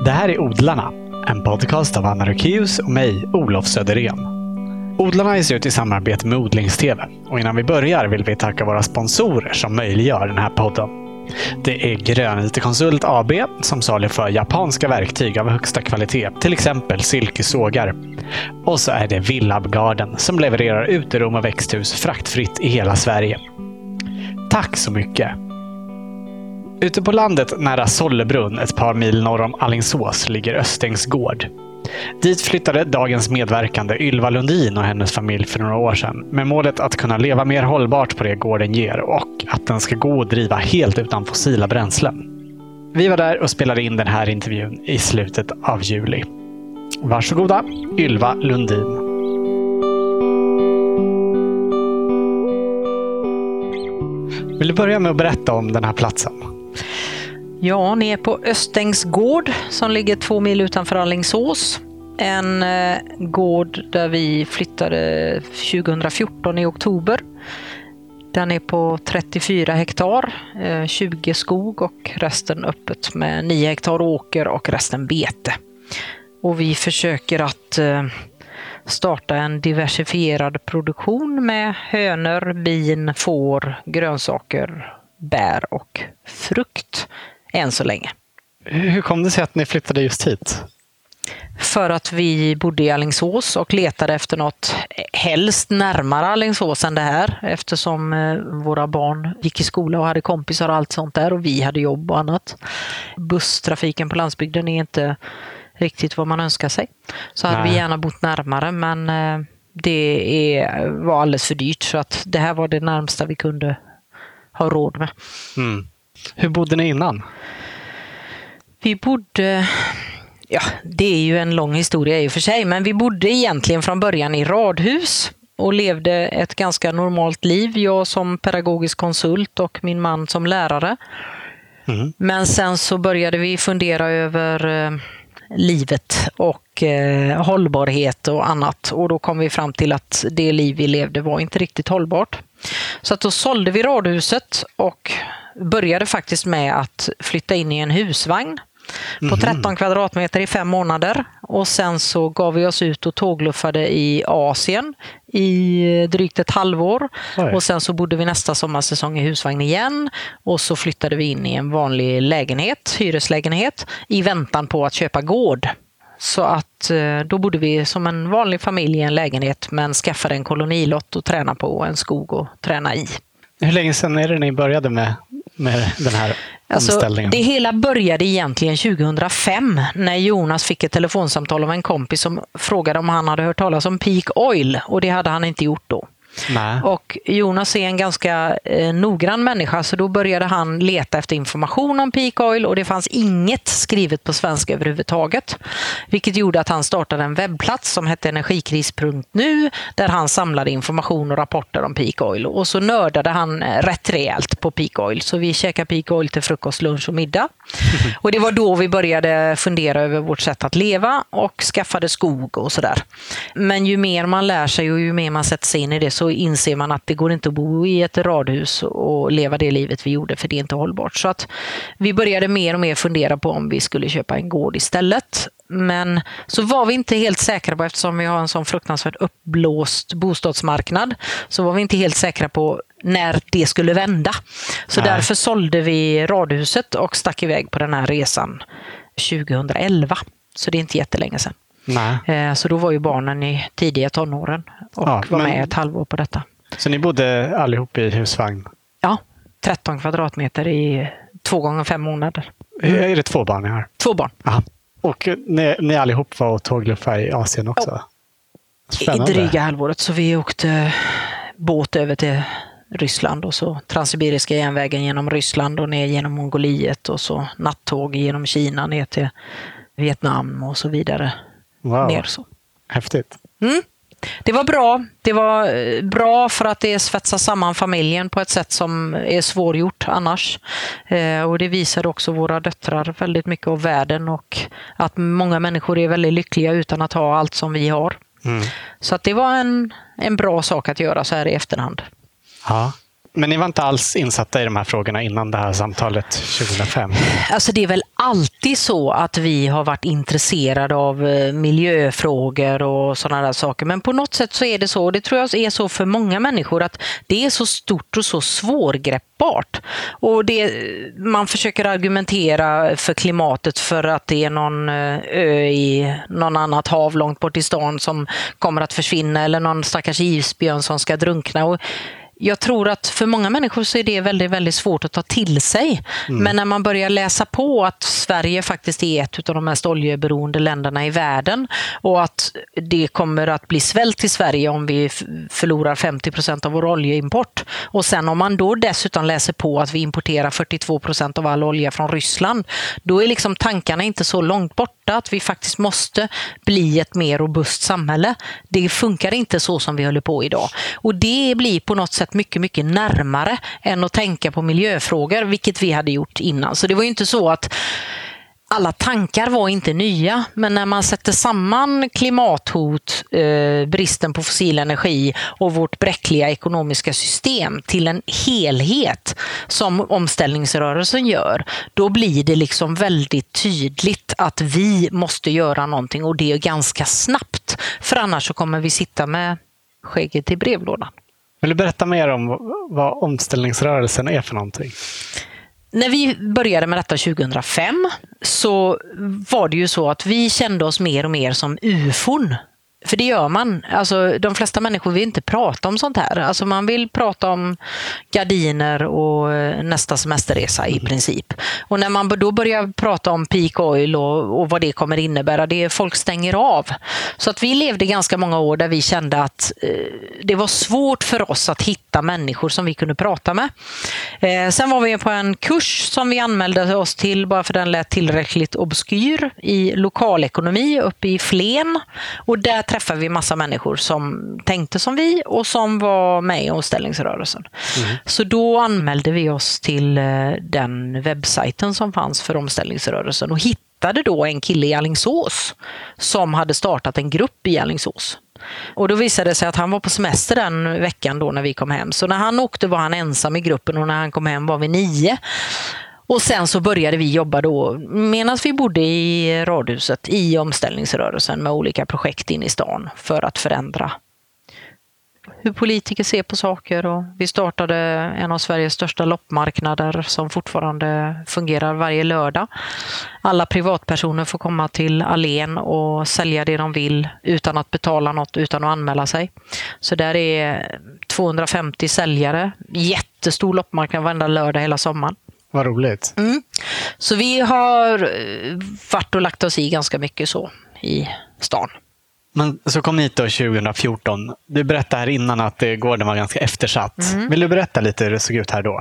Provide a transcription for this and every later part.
Det här är Odlarna, en podcast av Anna Rukeus och mig, Olof Söderén. Odlarna ges ut i samarbete med Odlingstv och innan vi börjar vill vi tacka våra sponsorer som möjliggör den här podden. Det är Grön IT-konsult AB som saluför japanska verktyg av högsta kvalitet, till exempel silkesågar. Och så är det Villab Garden som levererar uterum och växthus fraktfritt i hela Sverige. Tack så mycket! Ute på landet nära Sollebrunn, ett par mil norr om Alingsås, ligger Östängs gård. Dit flyttade dagens medverkande Ylva Lundin och hennes familj för några år sedan med målet att kunna leva mer hållbart på det gården ger och att den ska gå att driva helt utan fossila bränslen. Vi var där och spelade in den här intervjun i slutet av juli. Varsågoda, Ylva Lundin. Vill du börja med att berätta om den här platsen? Ja, ni är på Östängs gård som ligger 2 mil utanför Alingsås. En gård där vi flyttade 2014 i oktober. Den är på 34 hektar, 20 skog och resten öppet med 9 hektar åker och resten bete. Och vi försöker att starta en diversifierad produktion med hönor, bin, får, grönsaker, bär och frukt än så länge. Hur kom det sig att ni flyttade just hit? För att vi bodde i Alingsås och letade efter något helst närmare Alingsås än det här. Eftersom våra barn gick i skola och hade kompisar och allt sånt där och vi hade jobb och annat. Busstrafiken på landsbygden är inte riktigt vad man önskar sig. Så hade vi gärna bott närmare, men var alldeles för dyrt så att det här var det närmsta vi kunde ha råd med. Mm. Hur bodde ni innan? Vi bodde, det är ju en lång historia i och för sig, men vi bodde egentligen från början i radhus och levde ett ganska normalt liv. Jag som pedagogisk konsult och min man som lärare. Mm. Men sen så började vi fundera över livet och hållbarhet och annat. Och då kom vi fram till att det liv vi levde var inte riktigt hållbart. Så att då sålde vi radhuset och började faktiskt med att flytta in i en husvagn på 13 kvadratmeter i 5 månader. Och sen så gav vi oss ut och tågluffade i Asien i drygt ett halvår. Oj. Och sen så bodde vi nästa sommarsäsong i husvagn igen. Och så flyttade vi in i en vanlig lägenhet, hyreslägenhet, i väntan på att köpa gård. Så att då bodde vi som en vanlig familj i en lägenhet men skaffade en kolonilott och träna på, en skog och träna i. Hur länge sedan är det ni började med den här omställningen? Det hela började egentligen 2005 när Jonas fick ett telefonsamtal av en kompis som frågade om han hade hört talas om Peak Oil, och det hade han inte gjort då. Nej. Och Jonas är en ganska noggrann människa, så då började han leta efter information om Peak Oil och det fanns inget skrivet på svenska överhuvudtaget. Vilket gjorde att han startade en webbplats som hette energikris.nu där han samlade information och rapporter om Peak Oil. Och så nördade han rätt rejält på Peak Oil. Så vi käkade Peak Oil till frukost, lunch och middag. Och det var då vi började fundera över vårt sätt att leva och skaffade skog och sådär. Men ju mer man lär sig och ju mer man sätter sig in i det så inser man att det går inte att bo i ett radhus och leva det livet vi gjorde, för det är inte hållbart. Så att vi började mer och mer fundera på om vi skulle köpa en gård istället. Men så var vi inte helt säkra på, eftersom vi har en sån fruktansvärt uppblåst bostadsmarknad, så var vi inte helt säkra på när det skulle vända. Så därför sålde vi radhuset och stack iväg på den här resan 2011. Så det är inte jättelänge sedan. Nej. Så då var ju barnen i tidiga tonåren och var med ett halvår på detta. Så ni bodde allihop i husvagn? Ja, 13 kvadratmeter i 2 gånger 5 månader. Är det 2 barn ni har? 2 barn. Aha. Och ni allihop var och tågluffade i Asien också? Spännande. I dryga halvåret, så vi åkte båt över till Ryssland och så Transsibiriska järnvägen genom Ryssland och ner genom Mongoliet och så nattåg genom Kina ner till Vietnam och så vidare. Wow. Ner så. Häftigt. Mm. Det var bra. Det var bra för att det svetsar samman familjen på ett sätt som är svårgjort annars. Och det visar också våra döttrar väldigt mycket av världen och att många människor är väldigt lyckliga utan att ha allt som vi har. Mm. Så att det var en bra sak att göra så här i efterhand. Ja. Men ni var inte alls insatta i de här frågorna innan det här samtalet 2005? Alltså det är väl alltid så att vi har varit intresserade av miljöfrågor och sådana där saker. Men på något sätt så är det så, och det tror jag är så för många människor, att det är så stort och så svårgreppbart. Och man försöker argumentera för klimatet för att det är någon ö i någon annat hav långt bort i stan som kommer att försvinna, eller någon stackars isbjörn som ska drunkna. Och jag tror att för många människor så är det väldigt, väldigt svårt att ta till sig. Men när man börjar läsa på att Sverige faktiskt är ett av de mest oljeberoende länderna i världen, och att det kommer att bli svält i Sverige om vi förlorar 50% av vår oljeimport. Och sen om man då dessutom läser på att vi importerar 42% av all olja från Ryssland, då är liksom tankarna inte så långt borta att vi faktiskt måste bli ett mer robust samhälle. Det funkar inte så som vi håller på idag. Och det blir på något sätt mycket, mycket närmare än att tänka på miljöfrågor, vilket vi hade gjort innan. Så det var ju inte så att alla tankar var inte nya, men när man sätter samman klimathot, bristen på fossil energi och vårt bräckliga ekonomiska system till en helhet som omställningsrörelsen gör, då blir det liksom väldigt tydligt att vi måste göra någonting, och det är ganska snabbt, för annars så kommer vi sitta med skägget i brevlådan. Vill du berätta mer om vad omställningsrörelsen är för någonting? När vi började med detta 2005 så var det ju så att vi kände oss mer och mer som UFOn. För det gör man. Alltså, de flesta människor vill inte prata om sånt här. Alltså, man vill prata om gardiner och nästa semesterresa i princip. Och när man då börjar prata om peak oil och vad det kommer innebära, det är folk stänger av. Så att vi levde ganska många år där vi kände att det var svårt för oss att hitta människor som vi kunde prata med. Sen var vi på en kurs som vi anmälde oss till bara för den lät tillräckligt obskyr i lokalekonomi uppe i Flen. Och där träffade vi massa människor som tänkte som vi och som var med i omställningsrörelsen. Så då anmälde vi oss till den webbsajten som fanns för omställningsrörelsen och hittade då en kille i Alingsås som hade startat en grupp i Alingsås. Och då visade det sig att han var på semester den veckan då när vi kom hem. Så när han åkte var han ensam i gruppen, och när han kom hem var vi 9. Och sen så började vi jobba då, medan vi bodde i radhuset, i omställningsrörelsen med olika projekt in i stan för att förändra hur politiker ser på saker. Och vi startade en av Sveriges största loppmarknader som fortfarande fungerar varje lördag. Alla privatpersoner får komma till Allén och sälja det de vill utan att betala något, utan att anmäla sig. Så där är 250 säljare, jättestor loppmarknad varenda lördag hela sommaren. Vad roligt. Så vi har varit och lagt oss i ganska mycket så i stan. Men så kom ni hit då 2014. Du berättade här innan att gården var ganska eftersatt. Vill du berätta lite hur det såg ut här då?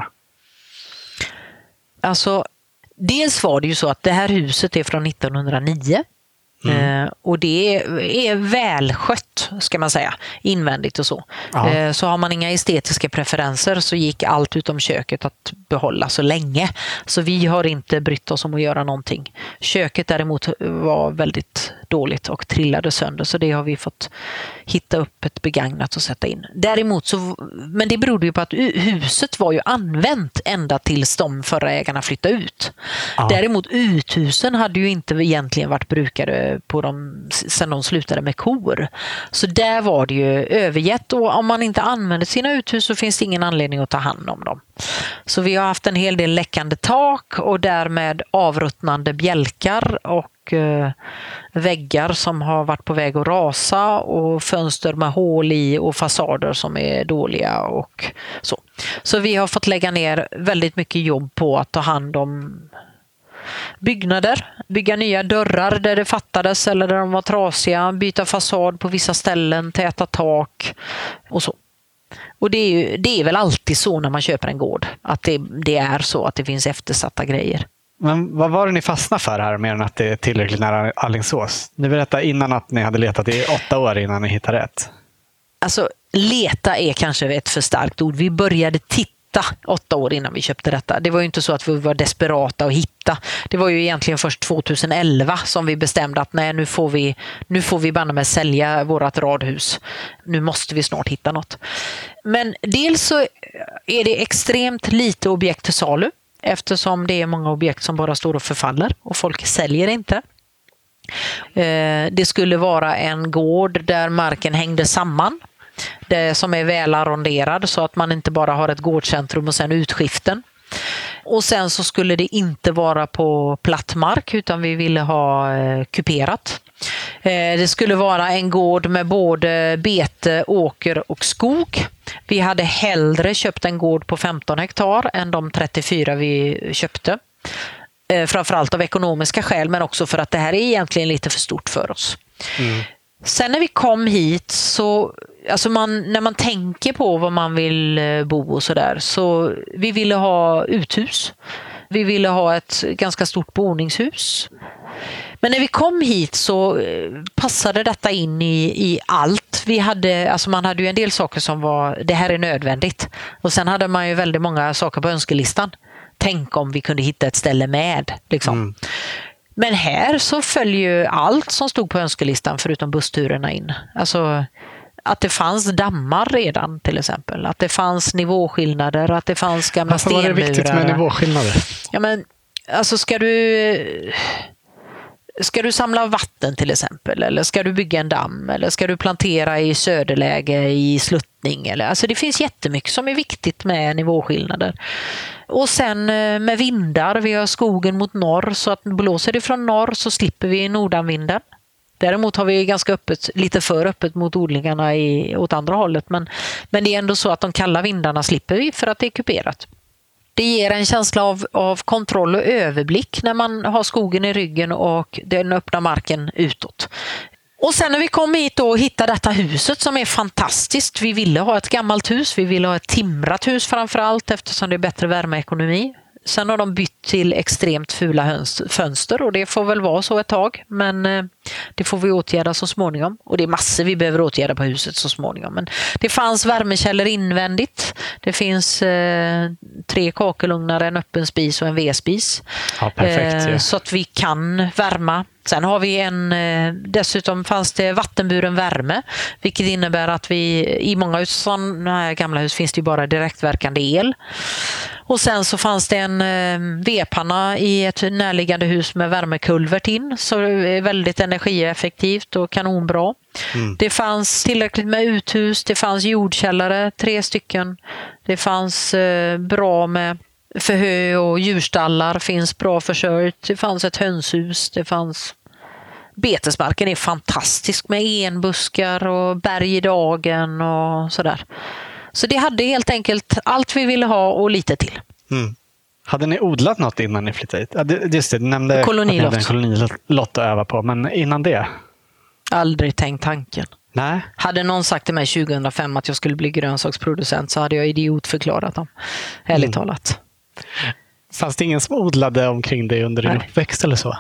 Alltså, dels var det ju så att det här huset är från 1909. Och det är välskött, ska man säga, invändigt och så. Så har man inga estetiska preferenser så gick allt utom köket att behålla så länge. Så vi har inte brytt oss om att göra någonting. Köket däremot var väldigt dåligt och trillade sönder, så det har vi fått hitta upp ett begagnat och sätta in. Däremot så, men det berodde ju på att huset var ju använt ända tills de förra ägarna flyttade ut. Däremot uthusen hade ju inte egentligen varit brukade på dem sen de slutade med kor. Så där var det ju övergett, och om man inte använder sina uthus så finns det ingen anledning att ta hand om dem. Så vi har haft en hel del läckande tak och därmed avruttnande bjälkar och väggar som har varit på väg att rasa och fönster med hål i och fasader som är dåliga och så. Så vi har fått lägga ner väldigt mycket jobb på att ta hand om byggnader, bygga nya dörrar där det fattades eller där de var trasiga, byta fasad på vissa ställen, täta tak och så. Och det är väl alltid så när man köper en gård, att det är så att det finns eftersatta grejer. Men vad var det ni fastnade för här, mer än att det är tillräckligt nära Alingsås? Ni berättade innan att ni hade letat i 8 år innan ni hittade rätt. Alltså, leta är kanske ett för starkt ord. Vi började titta hitta 8 år innan vi köpte detta. Det var ju inte så att vi var desperata att hitta. Det var ju egentligen först 2011 som vi bestämde att nej, nu får vi banne med sälja vårat radhus. Nu måste vi snart hitta något. Men dels så är det extremt lite objekt till salu eftersom det är många objekt som bara står och förfaller och folk säljer inte. Det skulle vara en gård där marken hängde samman. Det som är väl arronderad så att man inte bara har ett gårdscentrum och sen utskiften. Och sen så skulle det inte vara på platt mark utan vi ville ha kuperat. Det skulle vara en gård med både bete, åker och skog. Vi hade hellre köpt en gård på 15 hektar än de 34 vi köpte. Framförallt av ekonomiska skäl men också för att det här är egentligen lite för stort för oss. Mm. Sen när vi kom hit så, alltså när man tänker på vad man vill bo och sådär, så vi ville ha uthus. Vi ville ha ett ganska stort boningshus. Men när vi kom hit så passade detta in i allt. Man hade ju en del saker som var, det här är nödvändigt. Och sen hade man ju väldigt många saker på önskelistan. Tänk om vi kunde hitta ett ställe med. Liksom. Mm. Men här så följer allt som stod på önskelistan förutom bussturerna in. Alltså att det fanns dammar redan till exempel. Att det fanns nivåskillnader, att det fanns gamla stenmurar. Varför var det viktigt med nivåskillnader? Ja, men alltså ska du samla vatten till exempel, eller ska du bygga en damm, eller ska du plantera i söderläge i sluttning, eller alltså det finns jättemycket som är viktigt med nivåskillnader. Och sen med vindar, vi har skogen mot norr, så att blåser det från norr så slipper vi nordanvinden. Däremot har vi ganska öppet, lite för öppet mot odlingarna åt andra hållet, men det är ändå så att de kalla vindarna slipper vi för att det är kuperat. Det ger en känsla av kontroll och överblick när man har skogen i ryggen och den öppna marken utåt. Och sen när vi kom hit och hittade detta huset som är fantastiskt. Vi ville ha ett gammalt hus, vi ville ha ett timrat hus framförallt eftersom det är bättre värmeekonomi. Sen har de bytt till extremt fula fönster och det får väl vara så ett tag. Men det får vi åtgärda så småningom. Och det är massor vi behöver åtgärda på huset så småningom. Men det fanns värmekällor invändigt. Det finns 3 kakelugnar, en öppen spis och en vedspis. Ja, perfekt, ja. Så att vi kan värma. Sen har vi dessutom fanns det vattenburen värme, vilket innebär att i många sådana här gamla hus finns det ju bara direktverkande el. Och sen så fanns det en vedpanna i ett närliggande hus med värmekulvert in, så det är väldigt energieffektivt och kanonbra. Mm. Det fanns tillräckligt med uthus, det fanns jordkällare, 3 stycken. Det fanns bra med förhö och djurstallar, finns bra försörjt. Det fanns ett hönshus, det fanns... Betesmarken är fantastisk med enbuskar och berg i dagen och sådär. Så det hade helt enkelt allt vi ville ha och lite till. Mm. Hade ni odlat något innan ni flyttade hit? Ja, just det, du nämnde kolonilott att öva på, men innan det? Aldrig tänkt tanken. Nej. Hade någon sagt till mig 2005 att jag skulle bli grönsaksproducent så hade jag idiotförklarat dem. Ärligt talat. Fanns det ingen som odlade omkring dig under din uppväxt eller så?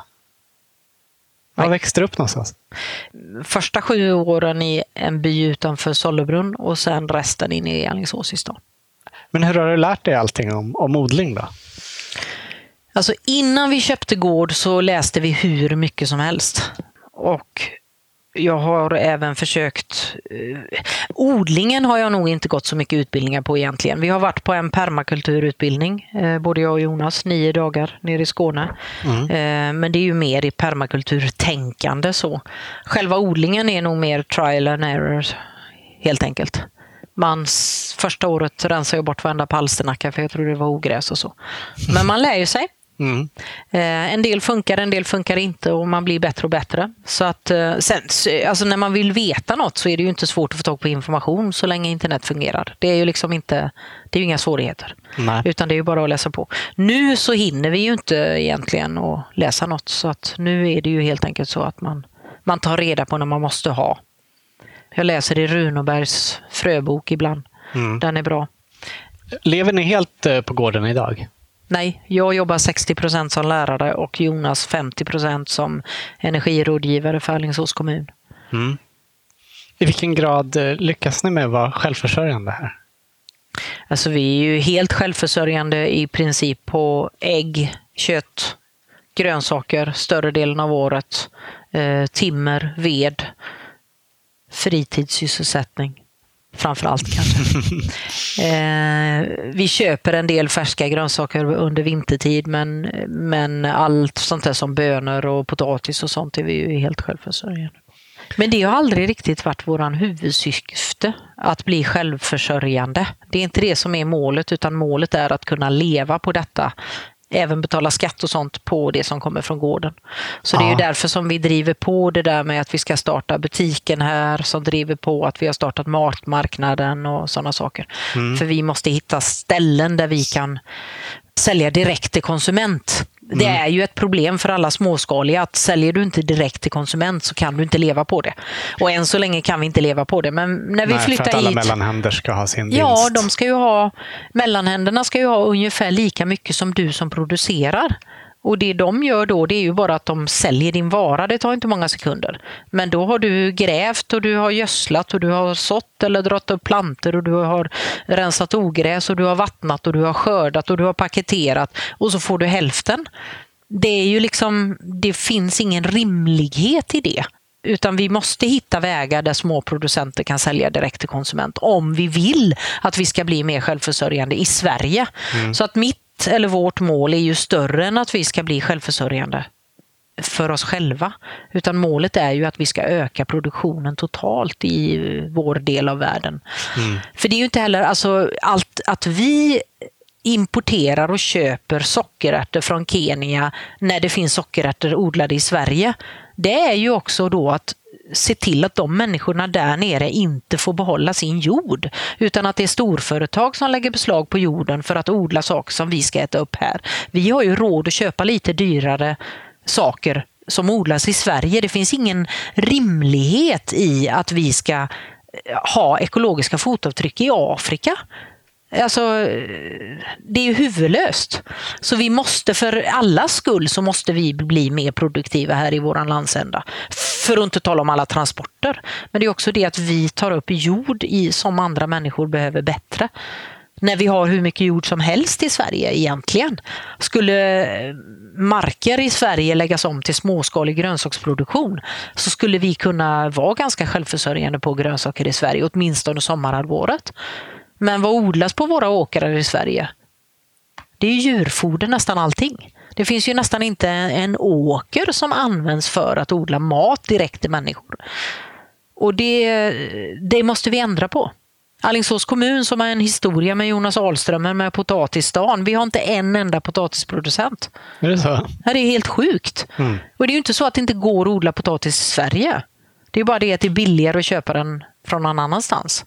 Var växte du upp någonstans? Första 7 åren i en by utanför Sollebrunn och sen resten in i Alingsås i stan. Men hur har du lärt dig allting om odling då? Alltså innan vi köpte gård så läste vi hur mycket som helst. Och jag har även försökt... Odlingen har jag nog inte gått så mycket utbildningar på egentligen. Vi har varit på en permakulturutbildning, både jag och Jonas, 9 dagar nere i Skåne. Mm. Men det är ju mer i permakulturtänkande så. Själva odlingen är nog mer trial and error, helt enkelt. Första året rensade jag bort varenda palsternacka för jag tror det var ogräs och så. Men man lär ju sig. Mm. En del funkar inte och man blir bättre och bättre. Så att sen, alltså när man vill veta något så är det ju inte svårt att få tag på information så länge internet fungerar. Det är ju liksom inte, det är ju inga svårigheter. Nej. Utan det är ju bara att läsa på. Nu så hinner vi ju inte egentligen att läsa något, så att nu är det ju helt enkelt så att man tar reda på när man måste ha. Jag läser i Runobergs fröbok ibland. Mm. Den är bra. Lever ni helt på gården idag? Nej, jag jobbar 60% som lärare och Jonas 50% som energirådgivare för Alingsås kommun. Mm. I vilken grad lyckas ni med att vara självförsörjande här? Alltså vi är ju helt självförsörjande i princip på ägg, kött, grönsaker större delen av året, timmer, ved, fritidssysselsättning framförallt kanske. Vi köper en del färska grönsaker under vintertid, men allt sånt där som bönor och potatis och sånt är vi ju helt självförsörjande. Men det har aldrig riktigt varit våran huvudsyfte att bli självförsörjande. Det är inte det som är målet, utan målet är att kunna leva på detta. Även betala skatt och sånt på det som kommer från gården. Så det är ju därför som vi driver på det där med att vi ska starta butiken här, som driver på att vi har startat matmarknaden och sådana saker. För vi måste hitta ställen där vi kan sälja direkt till konsument. Det är ju ett problem för alla småskaliga att säljer du inte direkt till konsument så kan du inte leva på det. Och än så länge kan vi inte leva på det. Men när vi flyttar hit... för att alla mellanhänder ska ha sin vinst. Ja, de ska ju ha... Mellanhänderna ska ju ha ungefär lika mycket som du som producerar. Och det de gör då, det är ju bara att de säljer din vara. Det tar inte många sekunder. Men då har du grävt och du har gödslat och du har sått eller dragit upp plantor och du har rensat ogräs och du har vattnat och du har skördat och du har paketerat och så får du hälften. Det är ju liksom, det finns ingen rimlighet i det. Utan vi måste hitta vägar där små producenter kan sälja direkt till konsument om vi vill att vi ska bli mer självförsörjande i Sverige. Så att vårt mål är ju större än att vi ska bli självförsörjande för oss själva. Utan målet är ju att vi ska öka produktionen totalt i vår del av världen. För det är ju inte heller allt att vi importerar och köper sockerärtor från Kenya när det finns sockerärtor odlade i Sverige. Det är ju också då att se till att de människorna där nere inte får behålla sin jord, utan att det är storföretag som lägger beslag på jorden för att odla saker som vi ska äta upp här. Vi har ju råd att köpa lite dyrare saker som odlas i Sverige. Det finns ingen rimlighet i att vi ska ha ekologiska fotavtryck i Afrika. Alltså, det är ju huvudlöst. Så vi måste, för allas skull så måste vi bli mer produktiva här i våran landsända. För att inte tala om alla transporter. Men det är också det att vi tar upp jord som andra människor behöver bättre. När vi har hur mycket jord som helst i Sverige egentligen. Skulle marker i Sverige läggas om till småskalig grönsaksproduktion så skulle vi kunna vara ganska självförsörjande på grönsaker i Sverige, åtminstone sommarhalvåret. Men vad odlas på våra åkrar i Sverige? Det är djurfoder nästan allting. Det finns ju nästan inte en åker som används för att odla mat direkt till människor. Och det måste vi ändra på. Alingsås kommun som har en historia med Jonas Ahlströmer med potatisstan. Vi har inte en enda potatisproducent. Är det så? Ja, det är helt sjukt. Och det är ju inte så att det inte går att odla potatis i Sverige. Det är bara det att det är billigare att köpa den från någon annanstans.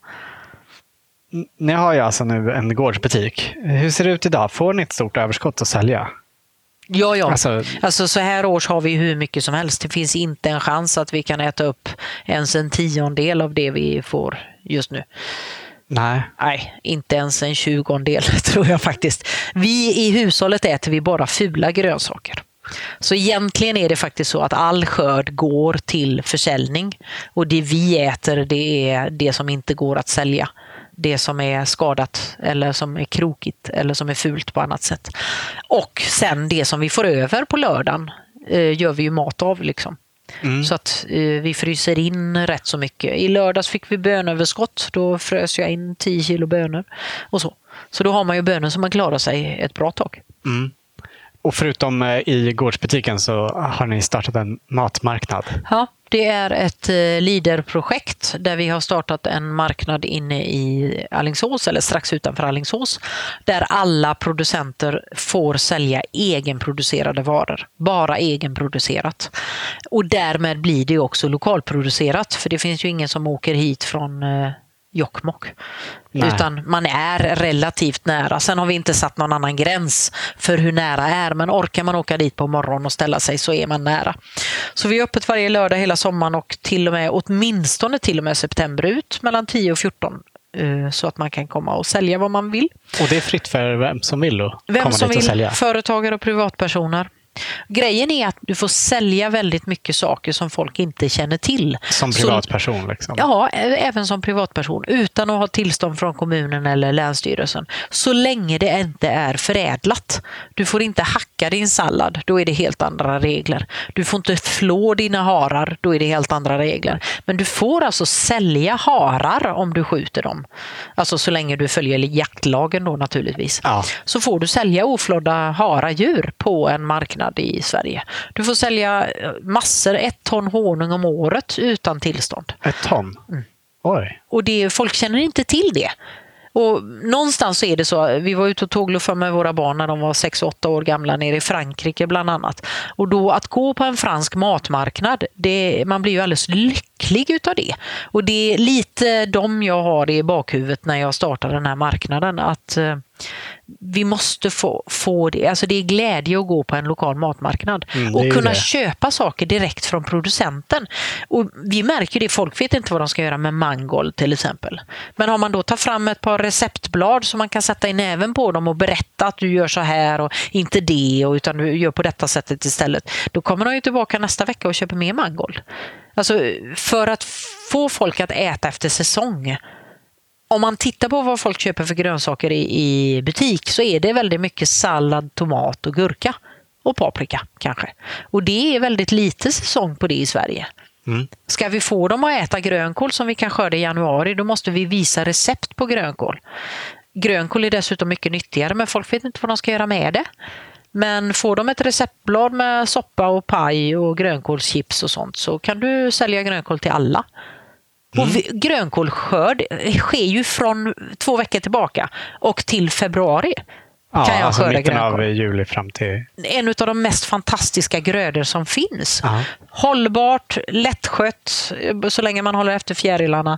Ni har ju alltså nu en gårdsbutik. Hur ser det ut idag? Får ni ett stort överskott att sälja? Ja. Alltså så här års har vi hur mycket som helst. Det finns inte en chans att vi kan äta upp ens en 10-del av det vi får just nu. Nej, inte ens en 20-del tror jag faktiskt. Vi i hushållet äter vi bara fula grönsaker. Så egentligen är det faktiskt så att all skörd går till försäljning. Och det vi äter, det är det som inte går att sälja. Det som är skadat eller som är krokigt eller som är fult på annat sätt. Och sen det som vi får över på lördagen gör vi ju mat av liksom. Så att vi fryser in rätt så mycket. I lördags fick vi bönöverskott. Då frös jag in 10 kilo bönor och så. Så då har man ju bönor som man klarar sig ett bra tag. Och förutom i gårdsbutiken så har ni startat en matmarknad. Ja, det är ett Leader-projekt där vi har startat en marknad inne i Alingsås eller strax utanför Alingsås. Där alla producenter får sälja egenproducerade varor. Bara egenproducerat. Och därmed blir det också lokalproducerat. För det finns ju ingen som åker hit från Jokkmokk. Utan man är relativt nära. Sen har vi inte satt någon annan gräns för hur nära är. Men orkar man åka dit på morgonen och ställa sig så är man nära. Så vi är öppet varje lördag hela sommaren och åtminstone till och med september ut mellan 10 och 14. Så att man kan komma och sälja vad man vill. Och det är fritt för vem som vill då? Vem som vill, företagare och privatpersoner. Grejen är att du får sälja väldigt mycket saker som folk inte känner till. Som privatperson liksom? Ja, även som privatperson. Utan att ha tillstånd från kommunen eller länsstyrelsen. Så länge det inte är förädlat. Du får inte hacka din sallad, då är det helt andra regler. Du får inte flå dina harar, då är det helt andra regler. Men du får alltså sälja harar om du skjuter dem. Alltså så länge du följer jaktlagen då naturligtvis. Ja. Så får du sälja oflådda haradjur på en marknad i Sverige. Du får sälja massor, 1 ton honung om året utan tillstånd. 1 ton? Oj. Och folk känner inte till det. Och någonstans så är det så, vi var ute och tågluffade med våra barn när de var 6-8 år gamla nere i Frankrike bland annat. Och då att gå på en fransk matmarknad, man blir ju alldeles lycklig utav det. Och det är lite de jag har i bakhuvudet när jag startar den här marknaden, att vi måste få det. Alltså det är glädje att gå på en lokal matmarknad och kunna köpa saker direkt från producenten. Och vi märker det, folk vet inte vad de ska göra med mangold till exempel. Men har man då tagit fram ett par receptblad som man kan sätta i näven på dem och berätta att du gör så här och inte det, utan du gör på detta sättet istället. Då kommer de ju tillbaka nästa vecka och köper mer mangold. Alltså för att få folk att äta efter säsong. Om man tittar på vad folk köper för grönsaker i butik så är det väldigt mycket sallad, tomat och gurka. Och paprika kanske. Och det är väldigt lite säsong på det i Sverige. Ska vi få dem att äta grönkål som vi kan skörda i januari, då måste vi visa recept på grönkål. Grönkål är dessutom mycket nyttigare, men folk vet inte vad de ska göra med det. Men får de ett receptblad med soppa och paj och grönkålschips och sånt, så kan du sälja grönkål till alla. Och grönkålskörd sker ju från 2 veckor tillbaka och till februari. Ja, kan jag alltså skörda mitten grönkål. av juli fram till... En av de mest fantastiska grödor som finns. Hållbart, lättskött, så länge man håller efter fjärilarna.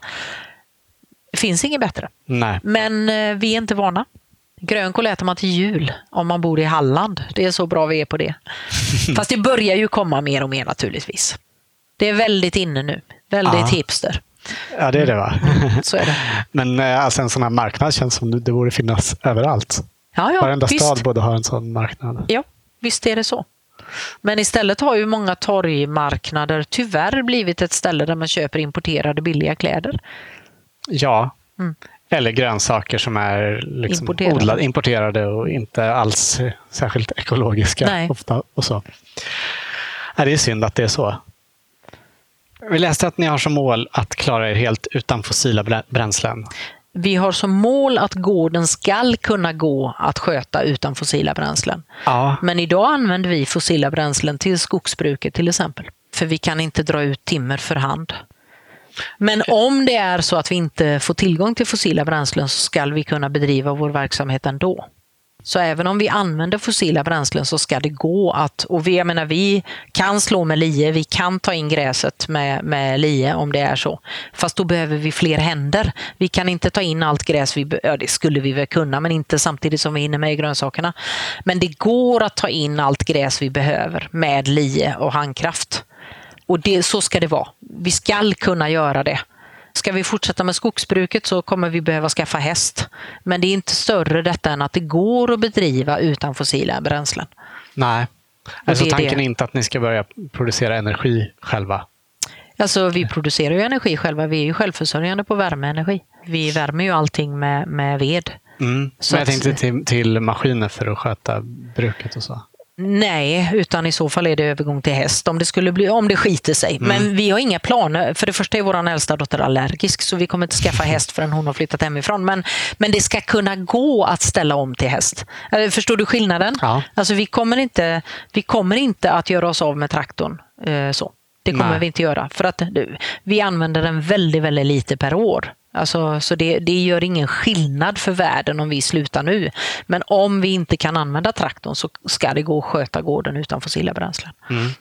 Det finns inget bättre. Nej. Men vi är inte vana. Grönkål äter man till jul om man bor i Halland. Det är så bra vi är på det. Fast det börjar ju komma mer och mer naturligtvis. Det är väldigt inne nu. Väldigt hipster. Ja, det är det va? Så är det. Men alltså en sån här marknad känns som det borde finnas överallt. Ja, varenda visst. stad borde ha en sån marknad. Ja, visst är det så. Men istället har ju många torgmarknader tyvärr blivit ett ställe där man köper importerade billiga kläder. Ja, eller grönsaker som är liksom importerade och inte alls särskilt ekologiska. Nej. Ofta och så. Det är synd att det är så. Vi läste att ni har som mål att klara er helt utan fossila bränslen. Vi har som mål att gården ska kunna gå att sköta utan fossila bränslen. Ja. Men idag använder vi fossila bränslen till skogsbruket till exempel. För vi kan inte dra ut timmer för hand. Men om det är så att vi inte får tillgång till fossila bränslen så ska vi kunna bedriva vår verksamhet ändå. Så även om vi använder fossila bränslen så ska det gå att, och vi kan slå med lie, vi kan ta in gräset med lie om det är så. Fast då behöver vi fler händer. Vi kan inte ta in allt gräs, det skulle vi väl kunna, men inte samtidigt som vi hinner med grönsakerna. Men det går att ta in allt gräs vi behöver med lie och handkraft. Och så ska det vara. Vi ska kunna göra det. Ska vi fortsätta med skogsbruket så kommer vi behöva skaffa häst. Men det är inte större detta än att det går att bedriva utan fossila bränslen. Nej, alltså tanken är är inte att ni ska börja producera energi själva? Alltså vi producerar ju energi själva. Vi är ju självförsörjande på värmeenergi. Vi värmer ju allting med ved. Men jag tänkte till maskiner för att sköta bruket och så. Nej, utan i så fall är det övergång till häst om det skiter sig. Men vi har inga planer. För det första är vår äldsta dotter allergisk så vi kommer inte skaffa häst förrän hon har flyttat hemifrån. Men det ska kunna gå att ställa om till häst. Förstår du skillnaden? Ja. Alltså vi kommer inte att göra oss av med traktorn så. Det kommer vi inte göra. För att vi använder den väldigt, väldigt lite per år. Alltså, så det gör ingen skillnad för världen om vi slutar nu. Men om vi inte kan använda traktorn så ska det gå att sköta gården utan fossila bränslen.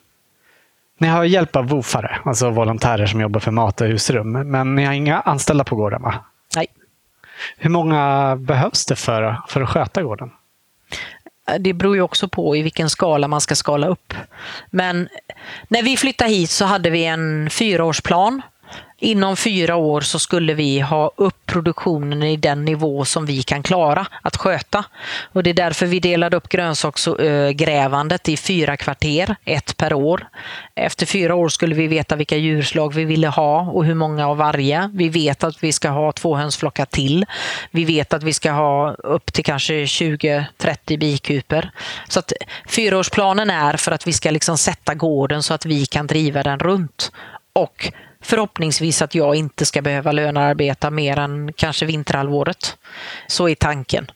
Ni har hjälp av wofare, alltså volontärer som jobbar för mat och husrum. Men ni har inga anställda på gården va? Nej. Hur många behövs det för att sköta gården? Det beror ju också på i vilken skala man ska skala upp. Men när vi flyttade hit så hade vi en 4-årsplan. Inom 4 år så skulle vi ha upp produktionen i den nivå som vi kan klara att sköta. Och det är därför vi delade upp grönsaksgrävandet i 4 kvarter, 1 per år. Efter 4 år skulle vi veta vilka djurslag vi ville ha och hur många av varje. Vi vet att vi ska ha 2 hönsflockar till. Vi vet att vi ska ha upp till kanske 20-30 bikuper. Så att 4-årsplanen är för att vi ska liksom sätta gården så att vi kan driva den runt. Och förhoppningsvis att jag inte ska behöva lönearbeta mer än kanske vinterhalvåret. Så är tanken.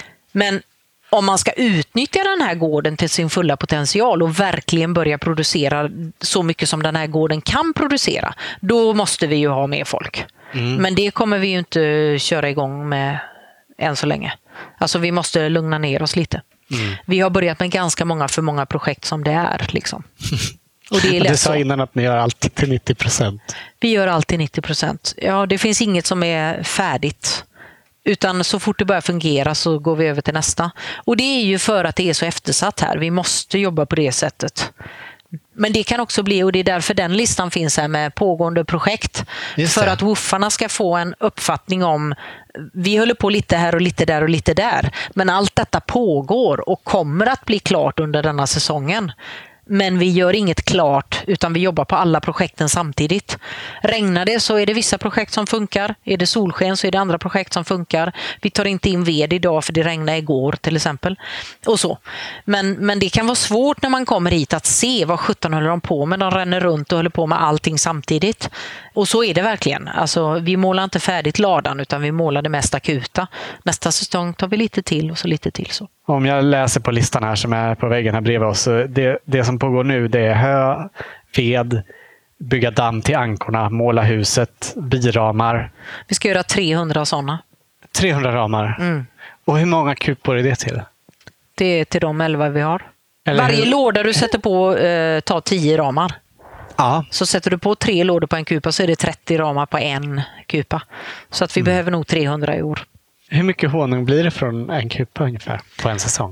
Men om man ska utnyttja den här gården till sin fulla potential och verkligen börja producera så mycket som den här gården kan producera, då måste vi ju ha mer folk. Men det kommer vi ju inte köra igång med än så länge. Alltså vi måste lugna ner oss lite. Vi har börjat med ganska för många projekt som det är liksom. Och det är lätt. Du sa innan att ni gör allt till 90%. Vi gör alltid 90%. Ja, det finns inget som är färdigt. Utan så fort det börjar fungera så går vi över till nästa. Och det är ju för att det är så eftersatt här. Vi måste jobba på det sättet. Men det kan också bli, och det är därför den listan finns här med pågående projekt. För att woofarna ska få en uppfattning om, vi håller på lite här och lite där och lite där. Men allt detta pågår och kommer att bli klart under denna säsongen. Men vi gör inget klart utan vi jobbar på alla projekten samtidigt. Regnar det så är det vissa projekt som funkar. Är det solsken så är det andra projekt som funkar. Vi tar inte in ved idag för det regnade igår till exempel. Och så. Men det kan vara svårt när man kommer hit att se vad 17 håller de på med. De ränner runt och håller på med allting samtidigt. Och så är det verkligen. Alltså, vi målar inte färdigt ladan utan vi målar det mest akuta. Nästa säsong tar vi lite till och så lite till så. Om jag läser på listan här som är på väggen här bredvid oss. Det som pågår nu det är hö, ved, bygga damm till ankorna, måla huset, biramar. Vi ska göra 300 sådana. 300 ramar? Och hur många kupor är det till? Det är till de 11 vi har. Varje låda du sätter på tar 10 ramar. Ja. Så sätter du på 3 lådor på en kupa så är det 30 ramar på en kupa. Så att vi behöver nog 300 i år. Hur mycket honung blir det från en kupa ungefär på en säsong?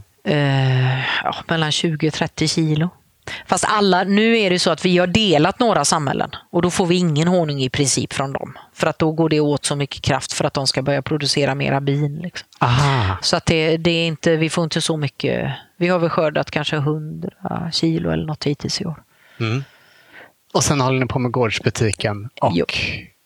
Mellan 20-30 kilo. Fast nu är det så att vi har delat några samhällen och då får vi ingen honung i princip från dem. För att då går det åt så mycket kraft för att de ska börja producera mera bin. Liksom. Så att det är inte, vi får inte så mycket. Vi har väl skördat kanske 100 kilo eller något hittills i år. Och sen håller ni på med gårdsbutiken och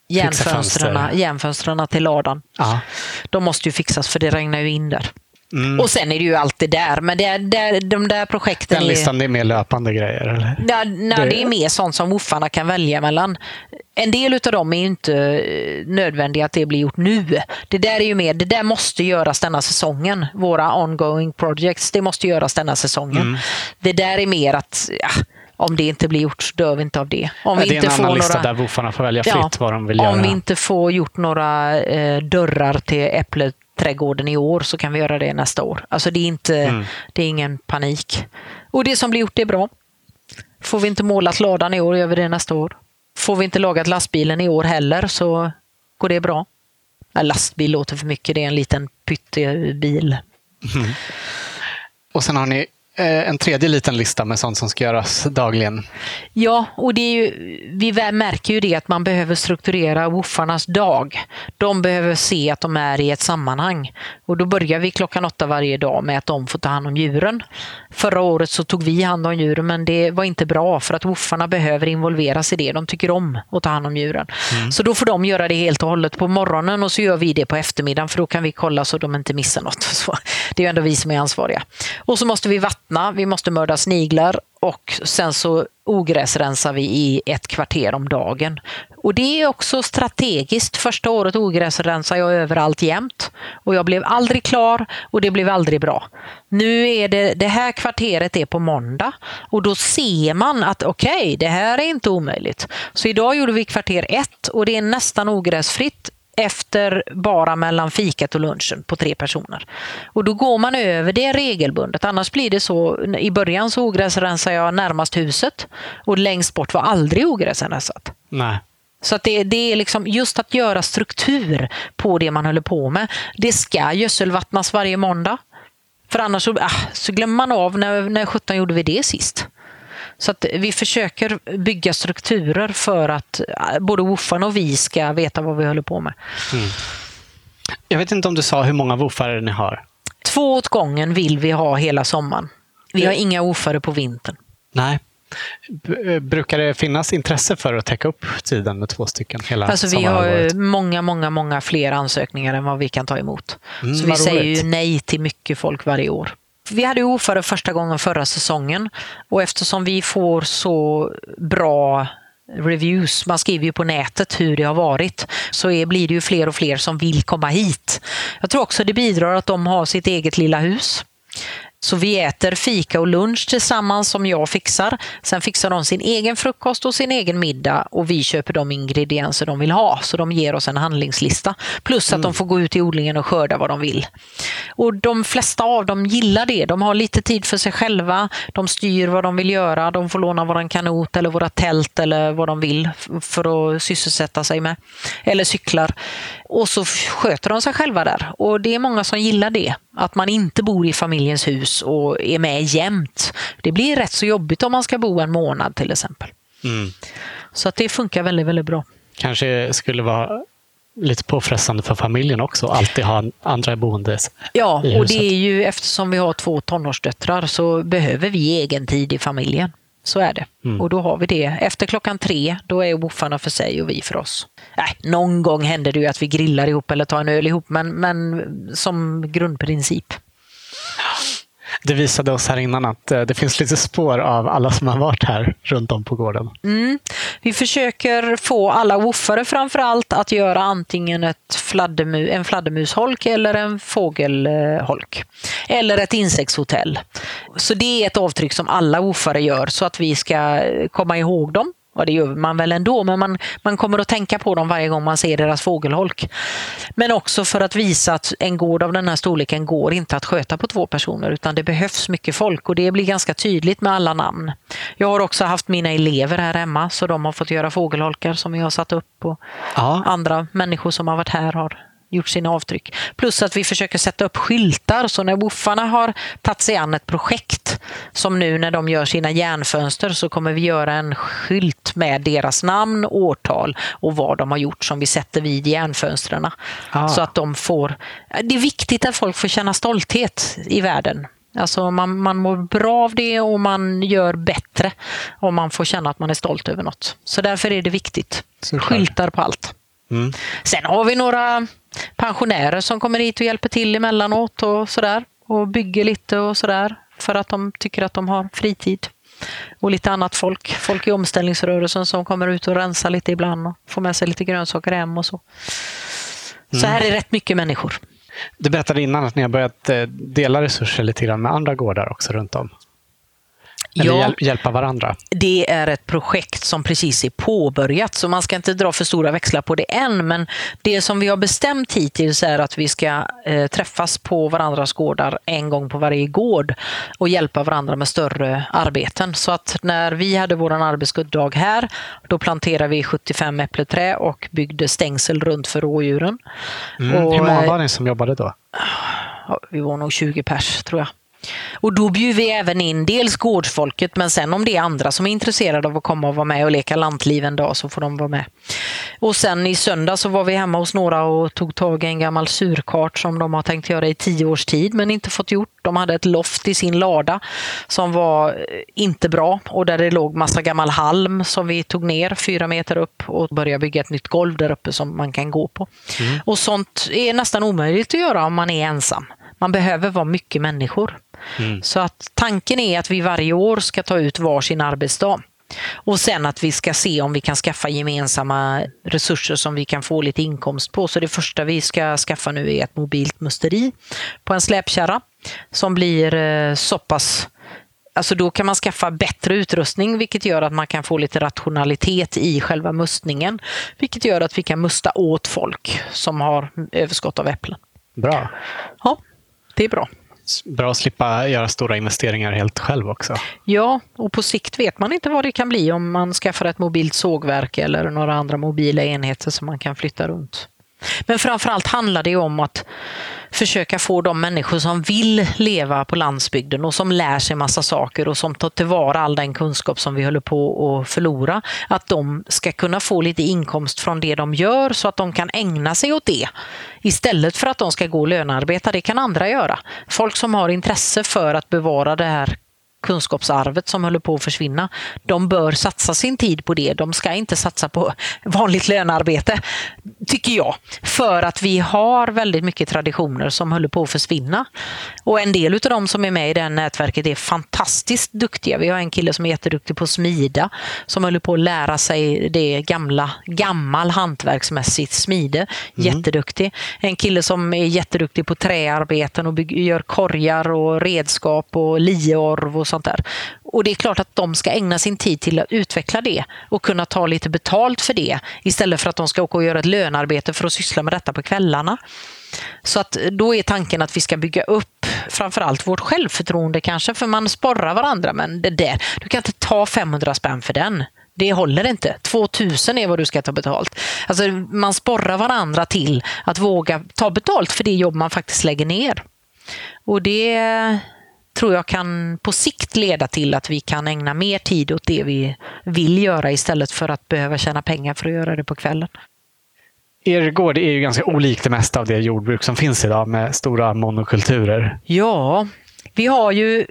järnfönstren till ladan. De måste ju fixas för det regnar ju in där. Och sen är det ju allt det där. Men de där projekten den listan är mer löpande grejer? Eller? Det är mer sånt som woofarna kan välja mellan. En del av dem är ju inte nödvändiga att det blir gjort nu. Det där är ju mer, det där måste göras denna säsongen. Våra ongoing projects, det måste göras denna säsongen. Det där är mer att... om det inte blir gjort så dör vi inte av det. Om vi det är inte en får annan lista där woofarna får välja fritt vad de vill göra. Om vi inte får gjort några dörrar till äppleträdgården i år så kan vi göra det nästa år. Alltså det är ingen panik. Och det som blir gjort är bra. Får vi inte målat ladan i år gör vi det nästa år. Får vi inte lagat lastbilen i år heller så går det bra. Lastbil låter för mycket, det är en liten pyttebil. Och sen har ni en tredje liten lista med sånt som ska göras dagligen. Ja, och det är ju, vi märker ju det att man behöver strukturera woofarnas dag. De behöver se att de är i ett sammanhang. Och då börjar vi 8:00 varje dag med att de får ta hand om djuren. Förra året så tog vi hand om djuren men det var inte bra för att woofarna behöver involveras i det. De tycker om att ta hand om djuren. Så då får de göra det helt och hållet på morgonen och så gör vi det på eftermiddagen för då kan vi kolla så de inte missar något. Så det är ju ändå vi som är ansvariga. Och så måste vi vattna, vi måste mörda sniglar och sen så ogräsrensar vi i 1 kvarter om dagen. Och det är också strategiskt. Första året ogräsrensar jag överallt jämt och jag blev aldrig klar och det blev aldrig bra. Nu är det här kvarteret är på måndag och då ser man att okej, det här är inte omöjligt. Så idag gjorde vi kvarter 1 och det är nästan ogräsfritt efter bara mellan fikat och lunchen på 3 personer. Och då går man över det regelbundet. Annars blir det så, i början så ogräsrensar jag närmast huset och längst bort var aldrig ogräsrensat. Nej. Så att det är liksom just att göra struktur på det man håller på med. Det ska gödselvattnas varje måndag. För annars så glömmer man av när 17 gjorde vi det sist. Så att vi försöker bygga strukturer för att både woofarna och vi ska veta vad vi håller på med. Jag vet inte om du sa hur många woofare ni har. 2 åt gången vill vi ha hela sommaren. Vi har inga woofare på vintern. Nej. Brukar det finnas intresse för att täcka upp tiden med 2 stycken hela alltså vi har många fler ansökningar än vad vi kan ta emot. Så vi säger ju nej till mycket folk varje år. Vi hade woofare första gången förra säsongen och eftersom vi får så bra reviews, man skriver ju på nätet hur det har varit, så blir det ju fler och fler som vill komma hit. Jag tror också det bidrar att de har sitt eget lilla hus. Så vi äter fika och lunch tillsammans som jag fixar. Sen fixar de sin egen frukost och sin egen middag och vi köper de ingredienser de vill ha. Så de ger oss en handlingslista. Plus att de får gå ut i odlingen och skörda vad de vill. Och de flesta av dem gillar det. De har lite tid för sig själva. De styr vad de vill göra. De får låna våran kanot eller våra tält eller vad de vill för att sysselsätta sig med. Eller cyklar. Och så sköter de sig själva där. Och det är många som gillar det. Att man inte bor i familjens hus och är med jämt. Det blir rätt så jobbigt om man ska bo en månad till exempel. Så att det funkar väldigt, väldigt bra. Kanske skulle vara lite påfrestande för familjen också. Alltid ha andra boende Ja, och det är ju eftersom vi har 2 tonårsdöttrar så behöver vi egen tid i familjen. Så är det. Och då har vi det. Efter 3:00, då är woofarna för sig och vi för oss. Någon gång händer det ju att vi grillar ihop eller tar en öl ihop, men som grundprincip. Det visade oss här innan att det finns lite spår av alla som har varit här runt om på gården. Vi försöker få alla woofare framförallt att göra antingen en fladdermusholk eller en fågelholk. Eller ett insektshotell. Så det är ett avtryck som alla woofare gör så att vi ska komma ihåg dem. Och det gör man väl ändå, men man kommer att tänka på dem varje gång man ser deras fågelholk. Men också för att visa att en gård av den här storleken går inte att sköta på 2 personer utan det behövs mycket folk och det blir ganska tydligt med alla namn. Jag har också haft mina elever här hemma så de har fått göra fågelholkar som jag har satt upp och andra människor som har varit här har gjort sina avtryck. Plus att vi försöker sätta upp skyltar så när woofarna har tagit sig an ett projekt som nu när de gör sina järnfönster så kommer vi göra en skylt med deras namn, årtal och vad de har gjort som vi sätter vid järnfönstren. Så att de får... Det är viktigt att folk får känna stolthet i världen. Alltså man mår bra av det och man gör bättre om man får känna att man är stolt över något. Så därför är det viktigt. Skyltar på allt. Sen har vi några pensionärer som kommer hit och hjälper till emellanåt och sådär och bygger lite och sådär för att de tycker att de har fritid och lite annat folk i omställningsrörelsen som kommer ut och rensar lite ibland och får med sig lite grönsaker hem och så. Så här är rätt mycket människor. Du berättade innan att ni har börjat dela resurser lite grann med andra gårdar också runt om. Eller hjälpa varandra. Det är ett projekt som precis är påbörjat så man ska inte dra för stora växlar på det än, men det som vi har bestämt hittills är att vi ska träffas på varandras gårdar en gång på varje gård och hjälpa varandra med större arbeten. Så att när vi hade våran arbetsdag här, då planterade vi 75 äppleträ och byggde stängsel runt för rådjuren. Och, hur många var ni som jobbade då? Vi var nog 20 pers tror jag. Och då bjuder vi även in dels gårdsfolket men sen om det är andra som är intresserade av att komma och vara med och leka lantliv en dag så får de vara med. Och sen i söndag så var vi hemma hos några och tog tag i en gammal surkart som de har tänkt göra i 10 års tid men inte fått gjort. De hade ett loft i sin lada som var inte bra och där det låg massa gammal halm som vi tog ner 4 meter upp och började bygga ett nytt golv där uppe som man kan gå på. Och sånt är nästan omöjligt att göra om man är ensam. Man behöver vara mycket människor. Så att tanken är att vi varje år ska ta ut varsin arbetsdag. Och sen att vi ska se om vi kan skaffa gemensamma resurser som vi kan få lite inkomst på. Så det första vi ska skaffa nu är ett mobilt musteri på en släpkärra som blir så pass... Alltså då kan man skaffa bättre utrustning vilket gör att man kan få lite rationalitet i själva mustningen. Vilket gör att vi kan musta åt folk som har överskott av äpplen. Bra. Ja, det är bra. Bra att slippa göra stora investeringar helt själv också. Ja, och på sikt vet man inte vad det kan bli om man skaffar ett mobilt sågverk eller några andra mobila enheter som man kan flytta runt. Men framförallt handlar det om att försöka få de människor som vill leva på landsbygden och som lär sig massa saker och som tar tillvara all den kunskap som vi håller på att förlora, att de ska kunna få lite inkomst från det de gör så att de kan ägna sig åt det istället för att de ska gå och lönearbeta. Det kan andra göra. Folk som har intresse för att bevara det här kunskapsarvet som håller på att försvinna, de bör satsa sin tid på det. De ska inte satsa på vanligt lönearbete, tycker jag. För att vi har väldigt mycket traditioner som håller på att försvinna. Och en del av de som är med i det här nätverket är fantastiskt duktiga. Vi har en kille som är jätteduktig på smida, som håller på att lära sig det gammal hantverksmässigt smide. Jätteduktig. En kille som är jätteduktig på träarbeten och gör korgar och redskap och lieorv och sånt där. Och det är klart att de ska ägna sin tid till att utveckla det och kunna ta lite betalt för det istället för att de ska åka och göra ett lönearbete för att syssla med detta på kvällarna. Så att då är tanken att vi ska bygga upp framförallt vårt självförtroende kanske, för man sporrar varandra, men det där, du kan inte ta 500 spänn för den. Det håller inte. 2000 är vad du ska ta betalt. Alltså man sporrar varandra till att våga ta betalt för det jobb man faktiskt lägger ner. Och det tror jag kan på sikt leda till att vi kan ägna mer tid åt det vi vill göra istället för att behöva tjäna pengar för att göra det på kvällen. Er gård är ju ganska olikt det mesta av det jordbruk som finns idag med stora monokulturer. Ja, vi har ju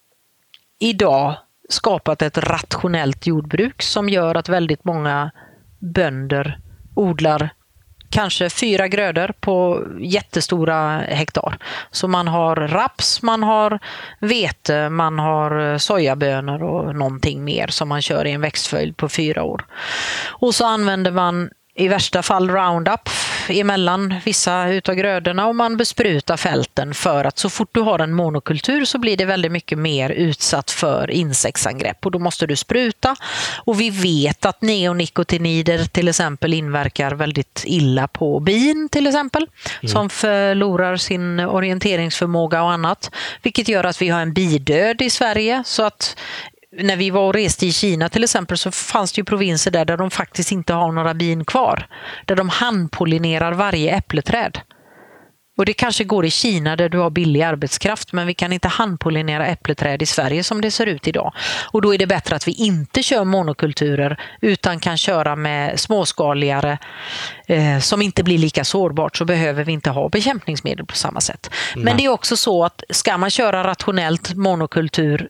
idag skapat ett rationellt jordbruk som gör att väldigt många bönder odlar kanske 4 grödor på jättestora hektar. Så man har raps, man har vete, man har sojabönor och någonting mer som man kör i en växtföljd på 4 år. Och så använder man i värsta fall Roundup emellan vissa utav grödorna och man besprutar fälten för att så fort du har en monokultur så blir det väldigt mycket mer utsatt för insektsangrepp och då måste du spruta. Och vi vet att neonikotinoider till exempel inverkar väldigt illa på bin till exempel som förlorar sin orienteringsförmåga och annat, vilket gör att vi har en bidöd i Sverige. Så att när vi var och reste i Kina till exempel så fanns det ju provinser där de faktiskt inte har några bin kvar. Där de handpollinerar varje äppleträd. Och det kanske går i Kina där du har billig arbetskraft, men vi kan inte handpollinera äppleträd i Sverige som det ser ut idag. Och då är det bättre att vi inte kör monokulturer utan kan köra med småskaligare som inte blir lika sårbart, så behöver vi inte ha bekämpningsmedel på samma sätt. Nej. Men det är också så att ska man köra rationellt monokultur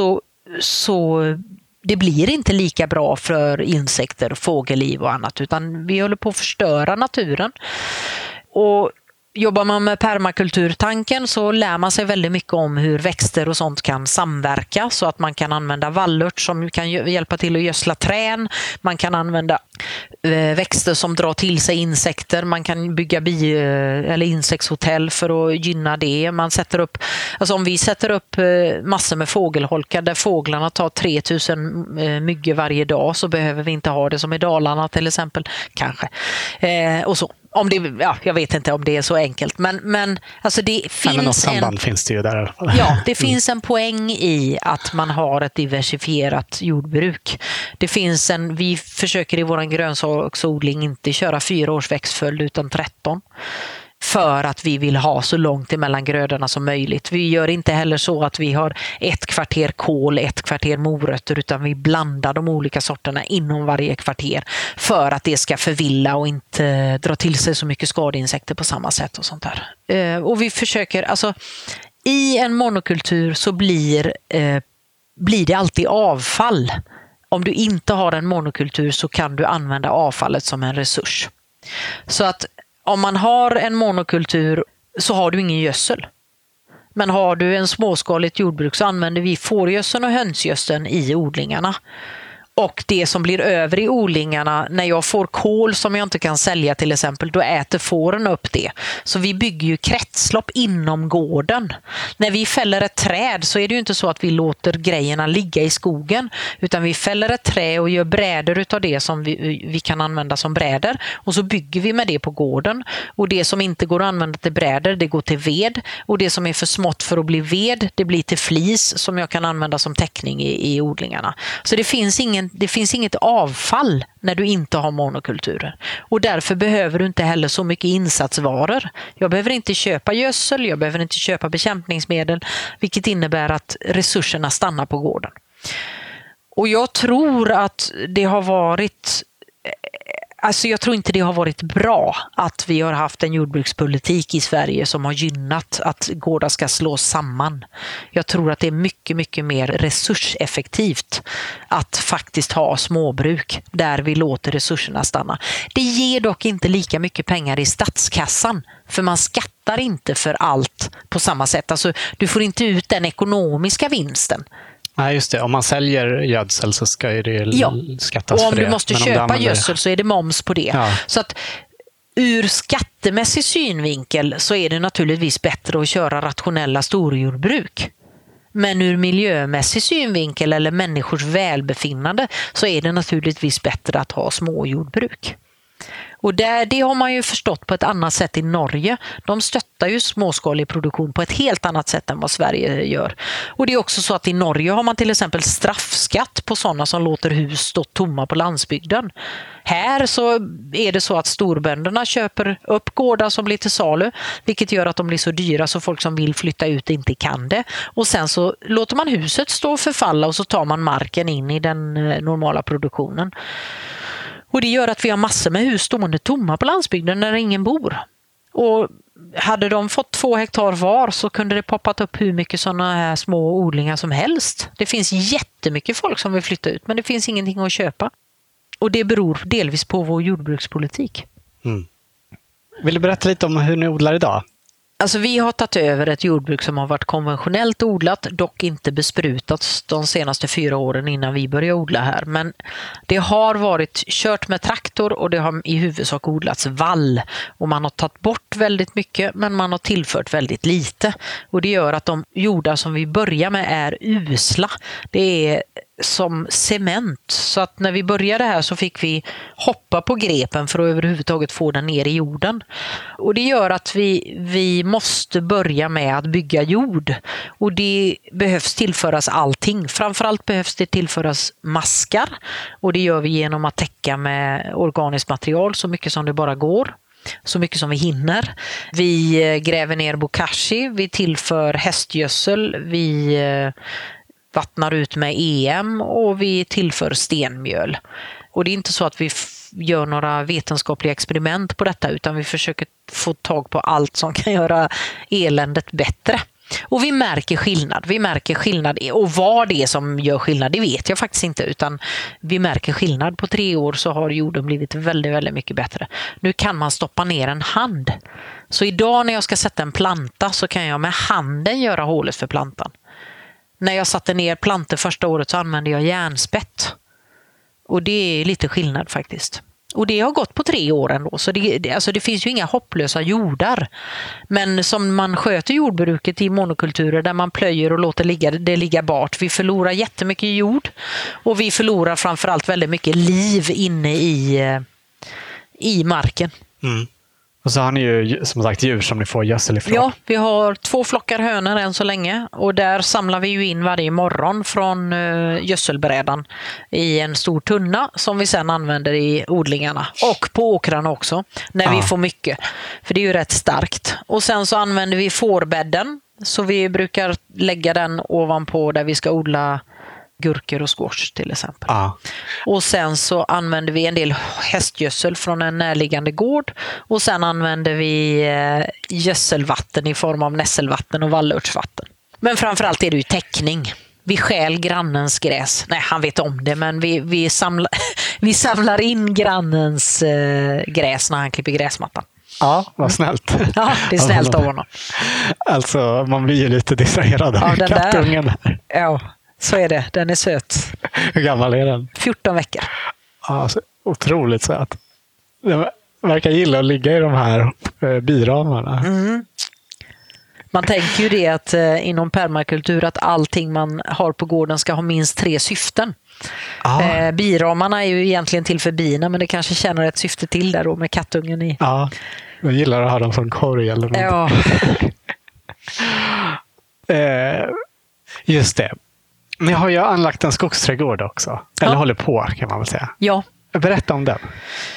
så det blir inte lika bra för insekter, fågelliv och annat, utan vi håller på att förstöra naturen. Och jobbar man med permakulturtanken så lär man sig väldigt mycket om hur växter och sånt kan samverka, så att man kan använda vallört som kan hjälpa till att gödsla trän. Man kan använda växter som drar till sig insekter. Man kan bygga eller insektshotell för att gynna det. Man sätter upp, alltså om vi sätter upp massor med fågelholkar där fåglarna tar 3000 myggor varje dag, så behöver vi inte ha det som i Dalarna till exempel, kanske. Och så. Om det, jag vet inte om det är så enkelt, men alltså det finns något samband finns det ju där. Ja, det finns en poäng i att man har ett diversifierat jordbruk. Vi försöker i vår grönsaksodling inte köra 4 års växtföljd utan 13. För att vi vill ha så långt emellan grödorna som möjligt. Vi gör inte heller så att vi har 1 kvarter kål, 1 kvarter morötter, utan vi blandar de olika sorterna inom varje kvarter för att det ska förvilla och inte dra till sig så mycket skadeinsekter på samma sätt och sånt där. Och vi försöker, alltså i en monokultur så blir det alltid avfall. Om du inte har en monokultur så kan du använda avfallet som en resurs. Så att om man har en monokultur så har du ingen gödsel. Men har du en småskaligt jordbruk så använder vi fårgödseln och hönsgödseln i odlingarna. Och det som blir över i odlingarna, när jag får kål som jag inte kan sälja till exempel, då äter fåren upp det. Så vi bygger ju kretslopp inom gården. När vi fäller ett träd så är det ju inte så att vi låter grejerna ligga i skogen, utan vi fäller ett träd och gör brädor utav det som vi kan använda som brädor. Och så bygger vi med det på gården. Och det som inte går att använda till brädor, det går till ved. Och det som är för smått för att bli ved, det blir till flis som jag kan använda som täckning i odlingarna. Så det finns ingen det finns inget avfall när du inte har monokulturer. Och därför behöver du inte heller så mycket insatsvaror. Jag behöver inte köpa gödsel, jag behöver inte köpa bekämpningsmedel, vilket innebär att resurserna stannar på gården. Och jag tror att det har varit... Alltså jag tror inte det har varit bra att vi har haft en jordbrukspolitik i Sverige som har gynnat att gårdar ska slås samman. Jag tror att det är mycket, mycket mer resurseffektivt att faktiskt ha småbruk där vi låter resurserna stanna. Det ger dock inte lika mycket pengar i statskassan, för man skattar inte för allt på samma sätt. Alltså, du får inte ut den ekonomiska vinsten. Nej, just det. Om man säljer gödsel så ska ju det skattas och om för det. Du måste köpa gödsel så är det moms på det. Ja. Så att ur skattemässig synvinkel så är det naturligtvis bättre att köra rationella storjordbruk. Men ur miljömässig synvinkel eller människors välbefinnande så är det naturligtvis bättre att ha småjordbruk. Och det har man ju förstått på ett annat sätt i Norge. De stöttar ju småskalig produktion på ett helt annat sätt än vad Sverige gör. Och det är också så att i Norge har man till exempel straffskatt på sådana som låter hus stå tomma på landsbygden. Här så är det så att storbönderna köper upp gårdar som blir till salu, vilket gör att de blir så dyra så folk som vill flytta ut inte kan det. Och sen så låter man huset stå och förfalla och så tar man marken in i den normala produktionen. Och det gör att vi har massor med hus stående tomma på landsbygden när ingen bor. Och hade de fått 2 hektar var så kunde det poppat upp hur mycket sådana här små odlingar som helst. Det finns jättemycket folk som vill flytta ut, men det finns ingenting att köpa. Och det beror delvis på vår jordbrukspolitik. Mm. Vill du berätta lite om hur ni odlar idag? Alltså vi har tagit över ett jordbruk som har varit konventionellt odlat, dock inte besprutats de senaste 4 åren innan vi började odla här. Men det har varit kört med traktor och det har i huvudsak odlats vall. Och man har tagit bort väldigt mycket, men man har tillfört väldigt lite. Och det gör att de jordar som vi börjar med är usla. Det är som cement. Så att när vi började här så fick vi hoppa på grepen för att överhuvudtaget få den ner i jorden. Och det gör att vi måste börja med att bygga jord. Och det behövs tillföras allting. Framförallt behövs det tillföras maskar. Och det gör vi genom att täcka med organiskt material så mycket som det bara går. Så mycket som vi hinner. Vi gräver ner bokashi, vi tillför hästgödsel, vi vattnar ut med EM och vi tillför stenmjöl. Och det är inte så att vi gör några vetenskapliga experiment på detta, utan vi försöker få tag på allt som kan göra eländet bättre. Och vi märker skillnad. Och vad det är som gör skillnad, det vet jag faktiskt inte, utan vi märker skillnad. På 3 år så har jorden blivit väldigt, väldigt mycket bättre. Nu kan man stoppa ner en hand. Så idag när jag ska sätta en planta så kan jag med handen göra hålet för plantan. När jag satte ner plantor första året så använde jag järnspett. Och det är lite skillnad faktiskt. Och det har gått på 3 år ändå. Så det finns ju inga hopplösa jordar. Men som man sköter jordbruket i monokulturer där man plöjer och låter det ligga bart. Vi förlorar jättemycket jord. Och vi förlorar framförallt väldigt mycket liv inne i marken. Mm. Och så har ni ju som sagt djur som ni får gödsel ifrån. Ja, vi har 2 flockar hönor än så länge. Och där samlar vi ju in varje morgon från gödselbrädan i en stor tunna som vi sedan använder i odlingarna. Och på åkrarna också, när vi får mycket. För det är ju rätt starkt. Och sen så använder vi fårbädden. Så vi brukar lägga den ovanpå där vi ska odla gurkor och squash till exempel. Och sen så använder vi en del hästgödsel från en närliggande gård och sen använder vi gödselvatten i form av nässelvatten och vallörtsvatten. Men framförallt är det ju täckning. Vi stjäl grannens gräs. Nej, han vet om det, men vi samlar in grannens gräs när han klipper gräsmattan. Ja, vad snällt. Ja, det är snällt av honom. Alltså, man blir ju lite distraherad av kattungen. Ja. Så är det, den är söt. Hur gammal är den? 14 veckor. Alltså, otroligt söt. Den verkar gilla att ligga i de här biramarna. Mm. Man tänker ju det att inom permakultur att allting man har på gården ska ha minst 3 syften. Biramarna är ju egentligen till för bina, men det kanske känner ett syfte till där då med kattungen i. Ja, jag gillar att ha dem som korg eller något. Ja. Just det. Ni har ju anlagt en skogsträdgård också. Eller håller på, kan man väl säga. Ja. Berätta om den.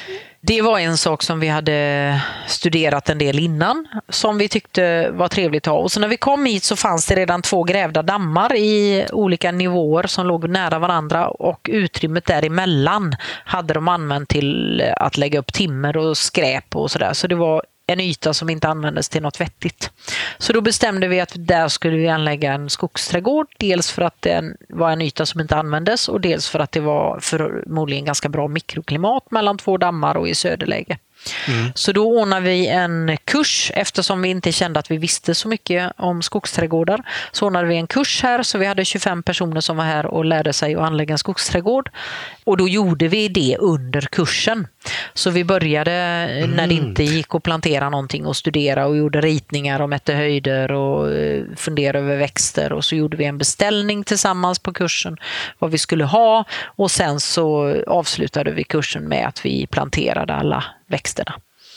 Det var en sak som vi hade studerat en del innan, som vi tyckte var trevligt att ha. Och så när vi kom hit så fanns det redan 2 grävda dammar i olika nivåer som låg nära varandra, och utrymmet däremellan hade de använt till att lägga upp timmer och skräp och sådär. Så det var en yta som inte användes till något vettigt. Så då bestämde vi att där skulle vi anlägga en skogsträdgård. Dels för att det var en yta som inte användes, och dels för att det var förmodligen ganska bra mikroklimat mellan 2 dammar och i söderläge. Så då ordnade vi en kurs, eftersom vi inte kände att vi visste så mycket om skogsträdgårdar. Så ordnade vi en kurs här, så vi hade 25 personer som var här och lärde sig att anlägga en skogsträdgård. Och då gjorde vi det under kursen. Så vi började när det inte gick att plantera någonting och studera, och gjorde ritningar och mätte höjder och funderade över växter. Och så gjorde vi en beställning tillsammans på kursen vad vi skulle ha, och sen så avslutade vi kursen med att vi planterade alla växterna.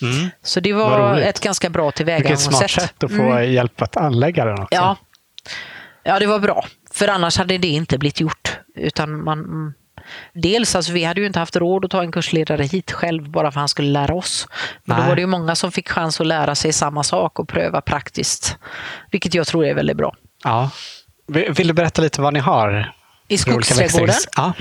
Så det var ett ganska bra tillvägagångssätt. Vilket smart sätt att få hjälp att anlägga den också. Ja, det var bra. För annars hade det inte blivit gjort. Utan dels, alltså, vi hade ju inte haft råd att ta en kursledare hit själv bara för att han skulle lära oss. Men då var det ju många som fick chans att lära sig samma sak och pröva praktiskt. Vilket jag tror är väldigt bra. Ja. Vill du berätta lite vad ni har? I skogsträdgården? Ja.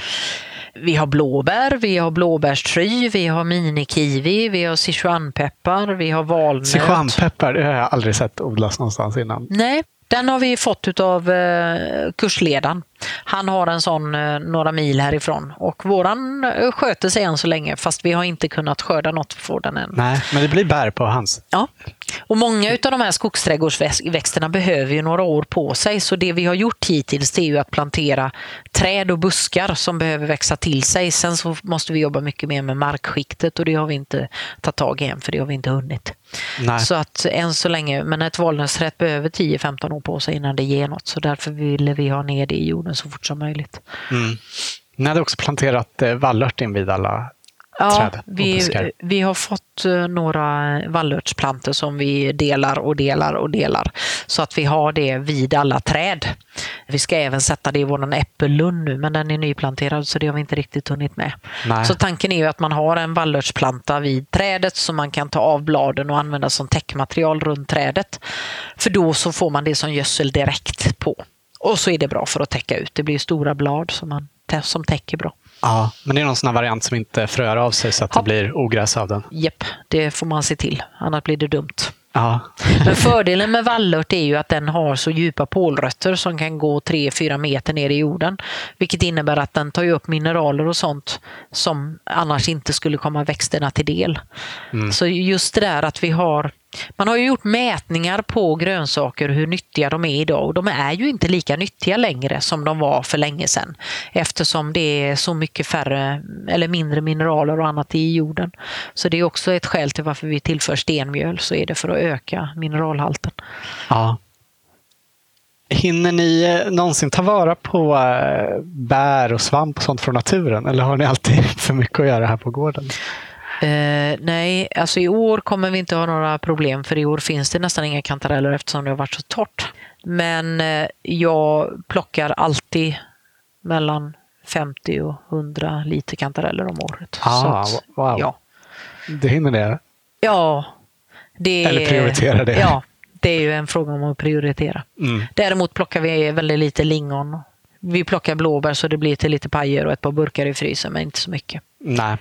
Vi har blåbär, vi har blåbärstry, vi har minikiwi, vi har sichuanpeppar, vi har valnöt. Sichuanpeppar, det har jag aldrig sett odlas någonstans innan. Nej, den har vi fått av kursledaren. Han har en sån några mil härifrån, och våran sköter sig än så länge, fast vi har inte kunnat skörda något för den än. Nej, men det blir bär på hans. Ja, och många av de här skogsträdgårdsväxterna behöver ju några år på sig, så det vi har gjort hittills det är ju att plantera träd och buskar som behöver växa till sig. Sen så måste vi jobba mycket mer med markskiktet, och det har vi inte tagit tag i än, för det har vi inte hunnit. Nej. Så att än så länge, men ett valnötsträd behöver 10-15 år på sig innan det ger något, så därför ville vi ha ner det i jorden så fort som möjligt. Ni hade också planterat vallört invid alla träd och buskar. Vi har fått några vallörtsplantor som vi delar så att vi har det vid alla träd. Vi ska även sätta det i våran äppellund nu, men den är nyplanterad så det har vi inte riktigt hunnit med. Nej. Så tanken är ju att man har en vallörtsplanta vid trädet som man kan ta av bladen och använda som täckmaterial runt trädet. För då så får man det som gödsel direkt på. Och så är det bra för att täcka ut. Det blir stora blad som täcker bra. Ja, men det är någon sån här variant som inte fröar av sig så att det blir ogräs av den. Japp, det får man se till. Annars blir det dumt. Ja. Men fördelen med vallört är ju att den har så djupa pålrötter som kan gå 3-4 meter ner i jorden. Vilket innebär att den tar upp mineraler och sånt som annars inte skulle komma växterna till del. Så just det där att man har ju gjort mätningar på grönsaker hur nyttiga de är idag, och de är ju inte lika nyttiga längre som de var för länge sedan, eftersom det är så mycket färre eller mindre mineraler och annat i jorden. Så det är också ett skäl till varför vi tillför stenmjöl, så är det för att öka mineralhalten. Ja. Hinner ni någonsin ta vara på bär och svamp och sånt från naturen, eller har ni alltid för mycket att göra här på gården? Nej, alltså i år kommer vi inte ha några problem, för i år finns det nästan inga kantareller eftersom det har varit så torrt. Men jag plockar alltid mellan 50 och 100 liter kantareller om året. Wow. Ja. Det hinner det? Ja. Eller prioritera det? Ja, det är ju en fråga om att prioritera. Däremot plockar vi väldigt lite lingon. Vi plockar blåbär så det blir till lite pajer och ett par burkar i frysen, men inte så mycket. Nej.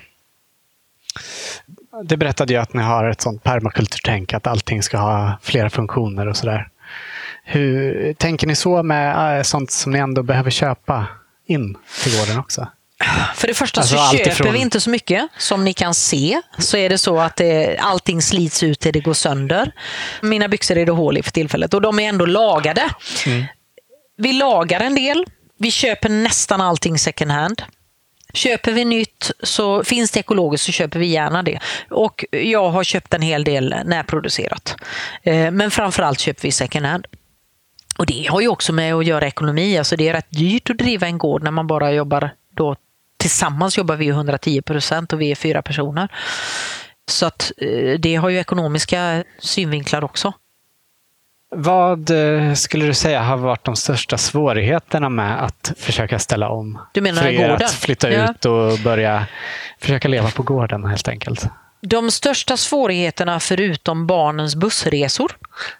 Det berättade ju att ni har ett sånt permakulturtänk, att allting ska ha flera funktioner och sådär. Hur tänker ni så med sånt som ni ändå behöver köpa in till gården också? För det första så köper vi inte så mycket. Som ni kan se så är det så att allting slits ut till det går sönder. Mina byxor är det hål i för tillfället, och de är ändå lagade. Vi lagar en del. Vi köper nästan allting second hand. Köper vi nytt, så finns det ekologiskt, så köper vi gärna det. Och jag har köpt en hel del närproducerat. Men framförallt köper vi second hand. Och det har ju också med att göra ekonomi. Alltså det är rätt dyrt att driva en gård när man bara jobbar då. Tillsammans jobbar vi 110% och vi är 4 personer. Så att det har ju ekonomiska synvinklar också. Vad skulle du säga har varit de största svårigheterna med att försöka ställa om? Du menar för er gården? Att flytta ut och börja försöka leva på gården helt enkelt. De största svårigheterna förutom barnens bussresor.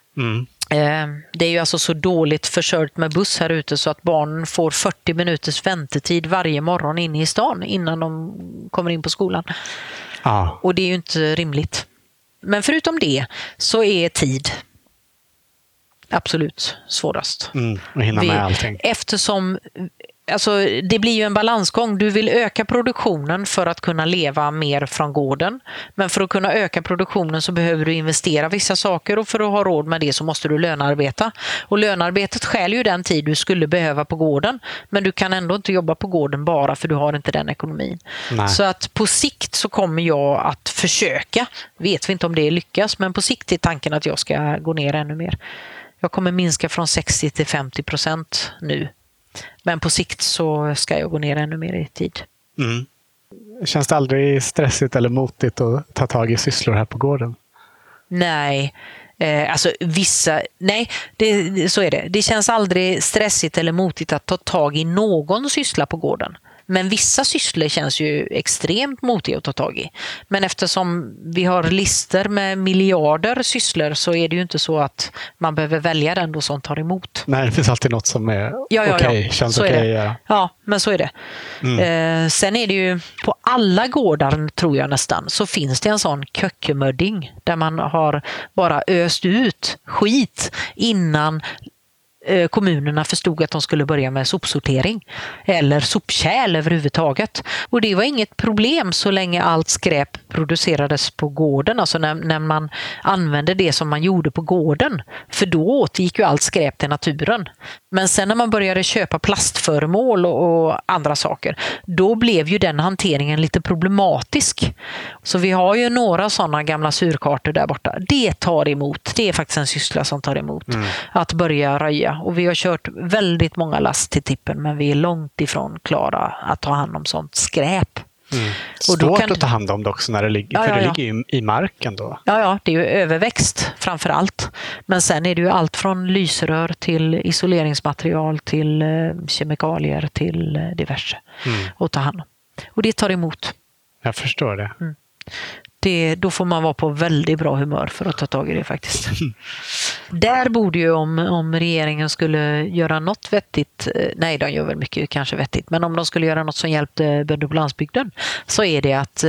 Det är ju alltså så dåligt försörjt med buss här ute så att barnen får 40 minuters väntetid varje morgon inne i stan innan de kommer in på skolan. Och det är ju inte rimligt. Men förutom det så är tid absolut svårast. Och hinna med allting. Eftersom alltså, det blir ju en balansgång. Du vill öka produktionen för att kunna leva mer från gården. Men för att kunna öka produktionen så behöver du investera vissa saker och för att ha råd med det så måste du lönearbeta. Och lönearbetet stjäl ju den tid du skulle behöva på gården. Men du kan ändå inte jobba på gården bara för du har inte den ekonomin. Nej. Så att på sikt så kommer jag att försöka, vet vi inte om det lyckas, men på sikt är tanken att jag ska gå ner ännu mer. Jag kommer minska från 60 till 50% nu. Men på sikt så ska jag gå ner ännu mer i tid. Känns det aldrig stressigt eller motigt att ta tag i sysslor här på gården? Nej, alltså vissa... Nej, så är det. Det känns aldrig stressigt eller motigt att ta tag i någon syssla på gården. Men vissa sysslor känns ju extremt motiga att ta tag i. Men eftersom vi har lister med miljarder sysslor så är det ju inte så att man behöver välja den då som tar emot. Nej, det finns alltid något som är okej, känns okej. Ja, men så är det. Sen är det ju på alla gårdar tror jag nästan så finns det en sån kökemödding där man har bara öst ut skit innan kommunerna förstod att de skulle börja med sopsortering eller sopkärl överhuvudtaget. Och det var inget problem så länge allt skräp producerades på gården, alltså när man använde det som man gjorde på gården. För då återgick ju allt skräp till naturen. Men sen när man började köpa plastföremål och andra saker, då blev ju den hanteringen lite problematisk. Så vi har ju några sådana gamla surkartor där borta. Det tar emot. Det är faktiskt en syssla som tar emot. Att börja röja. Och vi har kört väldigt många last till tippen men vi är långt ifrån klara att ta hand om sånt skräp. Svårt att ta hand om det också när det ligger, för det ligger ju i marken då. Ja, det är ju överväxt framför allt. Men sen är det ju allt från lysrör till isoleringsmaterial till kemikalier till diverse att ta hand om. Och det tar emot. Jag förstår det. Då får man vara på väldigt bra humör för att ta tag i det faktiskt. Där borde ju om regeringen skulle göra något vettigt, nej de gör väl mycket kanske vettigt, men om de skulle göra något som hjälpte bönder på landsbygden så är det att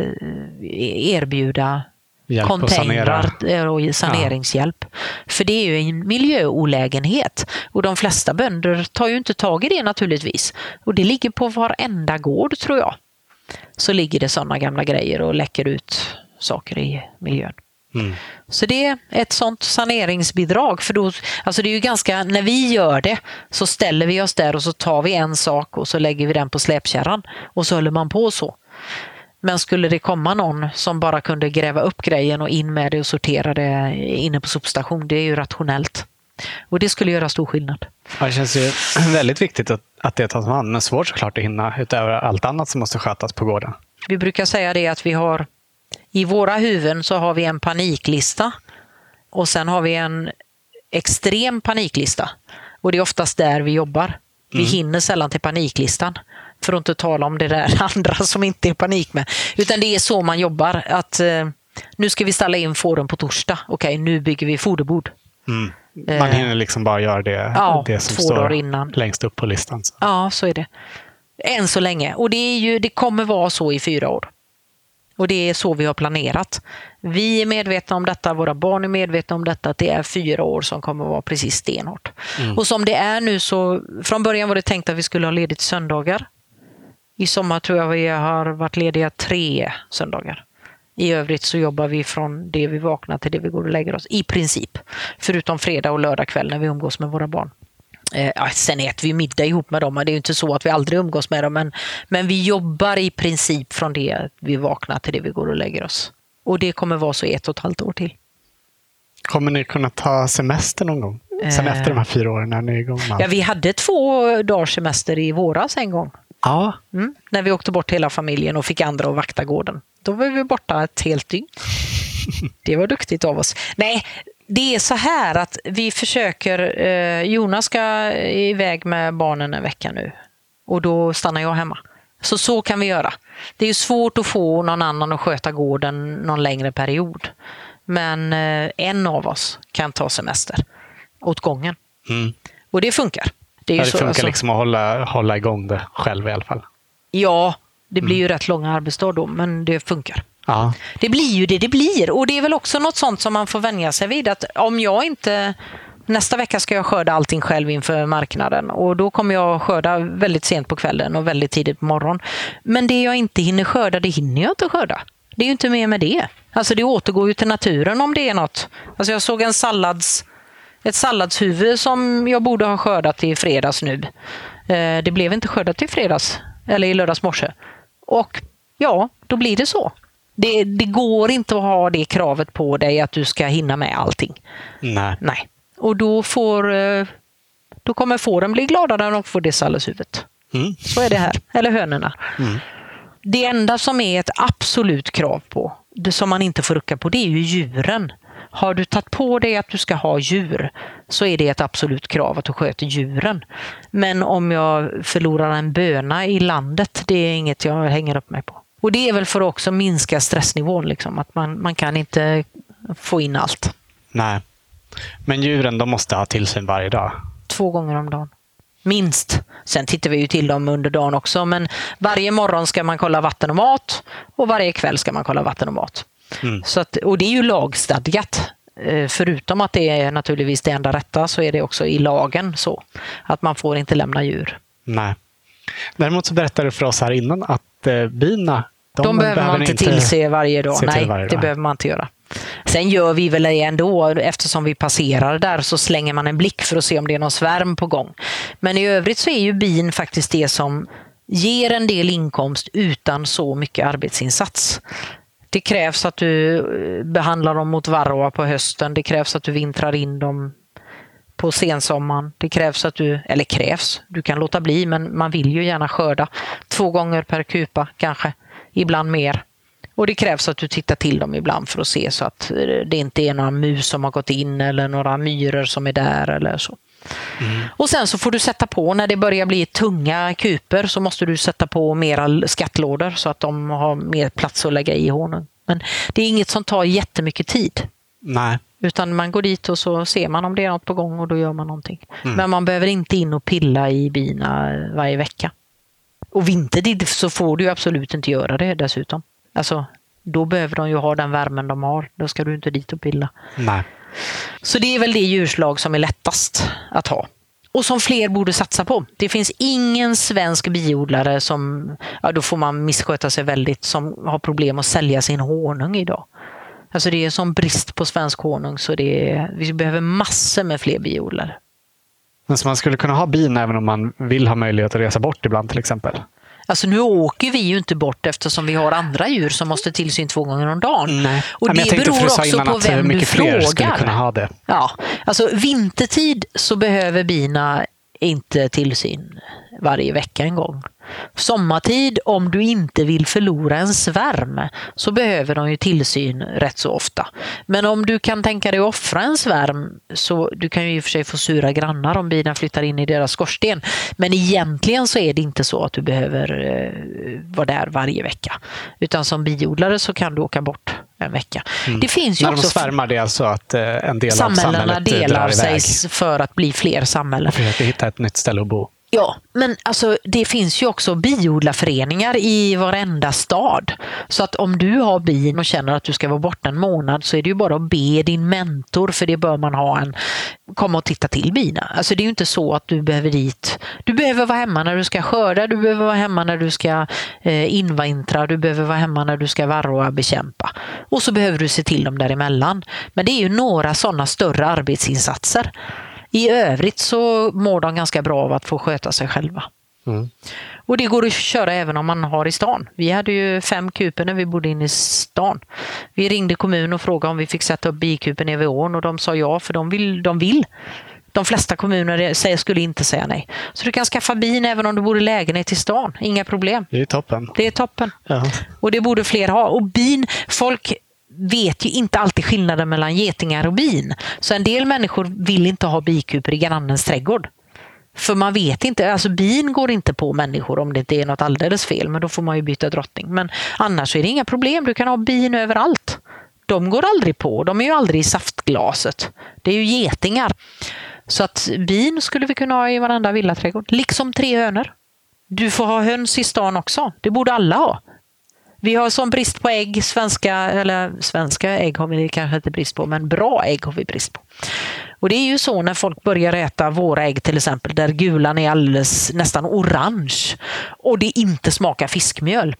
erbjuda containrar och saneringshjälp. För det är ju en miljöolägenhet och de flesta bönder tar ju inte tag i det naturligtvis. Och det ligger på varenda gård tror jag. Så ligger det sådana gamla grejer och läcker ut saker i miljön. Så det är ett sånt saneringsbidrag. För då, alltså det är ju ganska, när vi gör det så ställer vi oss där och så tar vi en sak och så lägger vi den på släpkärran och så håller man på så. Men skulle det komma någon som bara kunde gräva upp grejen och in med det och sortera det inne på sopstation, det är ju rationellt. Och det skulle göra stor skillnad. Ja, det känns ju väldigt viktigt att det tas om hand, men svårt såklart att hinna utöver allt annat som måste skötas på gården. Vi brukar säga det att vi har i våra huvuden så har vi en paniklista och sen har vi en extrem paniklista. Och det är oftast där vi jobbar. Vi hinner sällan till paniklistan. För att inte tala om det där andra som inte är panik med. Utan det är så man jobbar. Att nu ska vi ställa in fåren på torsdag. Okej, nu bygger vi foderbord. Man hinner liksom bara göra det som står innan. Längst upp på listan. Så. Ja, så är det. Än så länge. Och det kommer vara så i 4 år. Och det är så vi har planerat. Vi är medvetna om detta, våra barn är medvetna om detta, att det är 4 år som kommer att vara precis stenhårt. Och som det är nu så, från början var det tänkt att vi skulle ha ledigt söndagar. I sommar tror jag vi har varit lediga 3 söndagar. I övrigt så jobbar vi från det vi vaknar till det vi går och lägger oss. I princip. Förutom fredag och lördag kväll när vi umgås med våra barn. Sen äter vi middag ihop med dem. Det är ju inte så att vi aldrig umgås med dem. Men vi jobbar i princip från det vi vaknar till det vi går och lägger oss. Och det kommer vara så 1,5 år till. Kommer ni kunna ta semester någon gång? Sen efter de här 4 åren när ni är igång? Ja, vi hade 2 dagars semester i våras en gång. Ja. När vi åkte bort hela familjen och fick andra att vakta gården. Då var vi borta ett helt dygn. Det var duktigt av oss. Nej, Det är så här att vi försöker, Jonas ska iväg med barnen en vecka nu och då stannar jag hemma. Så kan vi göra. Det är svårt att få någon annan att sköta gården någon längre period. Men en av oss kan ta semester åt gången. Och det funkar. Det funkar liksom att hålla igång det själv i alla fall. Ja, det blir ju rätt långa arbetsdagar då, men det funkar. Ja. Det blir ju det blir. Och det är väl också något sånt som man får vänja sig vid. Att om jag inte... Nästa vecka ska jag skörda allting själv inför marknaden. Och då kommer jag skörda väldigt sent på kvällen och väldigt tidigt på morgonen. Men det jag inte hinner skörda, det hinner jag inte skörda. Det är ju inte mer med det. Alltså det återgår ju till naturen om det är något. Alltså jag såg ett salladshuvud som jag borde ha skördat i fredags nu. Det blev inte skördat i fredags eller i lördags morse. Och ja, då blir det så. Det går inte att ha det kravet på dig att du ska hinna med allting. Nej. Och då kommer fåren bli glada när de får det salladshuvudet. Så är det här. Eller hönorna. Det enda som är ett absolut krav på, det som man inte får rucka på, det är ju djuren. Har du tagit på dig att du ska ha djur så är det ett absolut krav att du sköter djuren. Men om jag förlorar en böna i landet, det är inget jag hänger upp mig på. Och det är väl för att också minska stressnivån, liksom, att man kan inte få in allt. Nej. Men djuren, de måste ha tillsyn varje dag? 2 gånger om dagen. Minst. Sen tittar vi ju till dem under dagen också. Men varje morgon ska man kolla vatten och mat. Och varje kväll ska man kolla vatten och mat. Så att, och det är ju lagstadgat. Förutom att det är naturligtvis det enda rätta så är det också i lagen så. Att man får inte lämna djur. Nej. Däremot så berättade du för oss här innan att bina, de behöver man inte tillse varje dag. Nej, det behöver man inte göra. Sen gör vi väl det ändå, eftersom vi passerar där så slänger man en blick för att se om det är någon svärm på gång. Men i övrigt så är ju bin faktiskt det som ger en del inkomst utan så mycket arbetsinsats. Det krävs att du behandlar dem mot varroa på hösten, det krävs att du vintrar in dem på sensommaren. Det krävs att du kan låta bli, men man vill ju gärna skörda 2 gånger per kupa kanske, ibland mer. Och det krävs att du tittar till dem ibland för att se så att det inte är några mus som har gått in eller några myror som är där eller så. Och sen så får du sätta på, när det börjar bli tunga kuper så måste du sätta på mera skattlådor så att de har mer plats att lägga i honung. Men det är inget som tar jättemycket tid. Nej. Utan man går dit och så ser man om det är något på gång och då gör man någonting. Men man behöver inte in och pilla i bina varje vecka. Och vintertid så får du absolut inte göra det dessutom. Alltså, då behöver de ju ha den värmen de har. Då ska du inte dit och pilla. Nej. Så det är väl det djurslag som är lättast att ha. Och som fler borde satsa på. Det finns ingen svensk biodlare som, då får man missköta sig väldigt, som har problem att sälja sin honung idag. Alltså det är som brist på svensk honung så vi behöver massor med fler biodlare. Men så man skulle kunna ha bin även om man vill ha möjlighet att resa bort ibland till exempel? Alltså nu åker vi ju inte bort eftersom vi har andra djur som måste tillsyn 2 gånger om dagen. Nej. Och det beror också på vem du frågar. Kunna ha det. Ja, alltså vintertid så behöver bina inte tillsyn varje vecka en gång. Sommartid, om du inte vill förlora en svärm, så behöver de ju tillsyn rätt så ofta. Men om du kan tänka dig att offra en svärm, så du kan ju i och för sig få sura grannar om bina flyttar in i deras skorsten. Men egentligen så är det inte så att du behöver vara där varje vecka. Utan som biodlare så kan du åka bort en vecka. Det finns ju när också de svärmar, det är alltså att en del av samhällena delar sig för att bli fler samhällen. Och försöka hitta ett nytt ställe att bo. Ja, men alltså det finns ju också biodlarföreningar i varenda stad. Så att om du har bin och känner att du ska vara borta en månad så är det ju bara att be din mentor, för det bör man ha komma och titta till bina. Alltså det är ju inte så att du behöver dit. Du behöver vara hemma när du ska skörda, du behöver vara hemma när du ska invintra, du behöver vara hemma när du ska varroa bekämpa. Och så behöver du se till dem däremellan. Men det är ju några sådana större arbetsinsatser. I övrigt så mår de ganska bra av att få sköta sig själva. Och det går att köra även om man har i stan. Vi hade ju 5 kuper när vi bodde inne i stan. Vi ringde kommunen och frågade om vi fick sätta upp bikupen i ån och de sa ja, för de vill. De flesta kommuner skulle inte säga nej. Så du kan skaffa bin även om du bor i lägenhet i stan. Inga problem. Det är toppen. Det är toppen. Ja. Och det borde fler ha. Och bin, folk vet ju inte alltid skillnaden mellan getingar och bin. Så en del människor vill inte ha bikuper i grannens trädgård. För man vet inte, alltså bin går inte på människor om det inte är något alldeles fel, men då får man ju byta drottning. Men annars är det inga problem, du kan ha bin överallt. De går aldrig på, de är ju aldrig i saftglaset. Det är ju getingar. Så att bin skulle vi kunna ha i varenda villaträdgård. Liksom 3 hönor. Du får ha höns i stan också, det borde alla ha. Vi har sån brist på ägg, svenska ägg har vi kanske inte brist på, men bra ägg har vi brist på. Och det är ju så när folk börjar äta våra ägg till exempel, där gulan är alldeles nästan orange och det inte smakar fiskmjöl.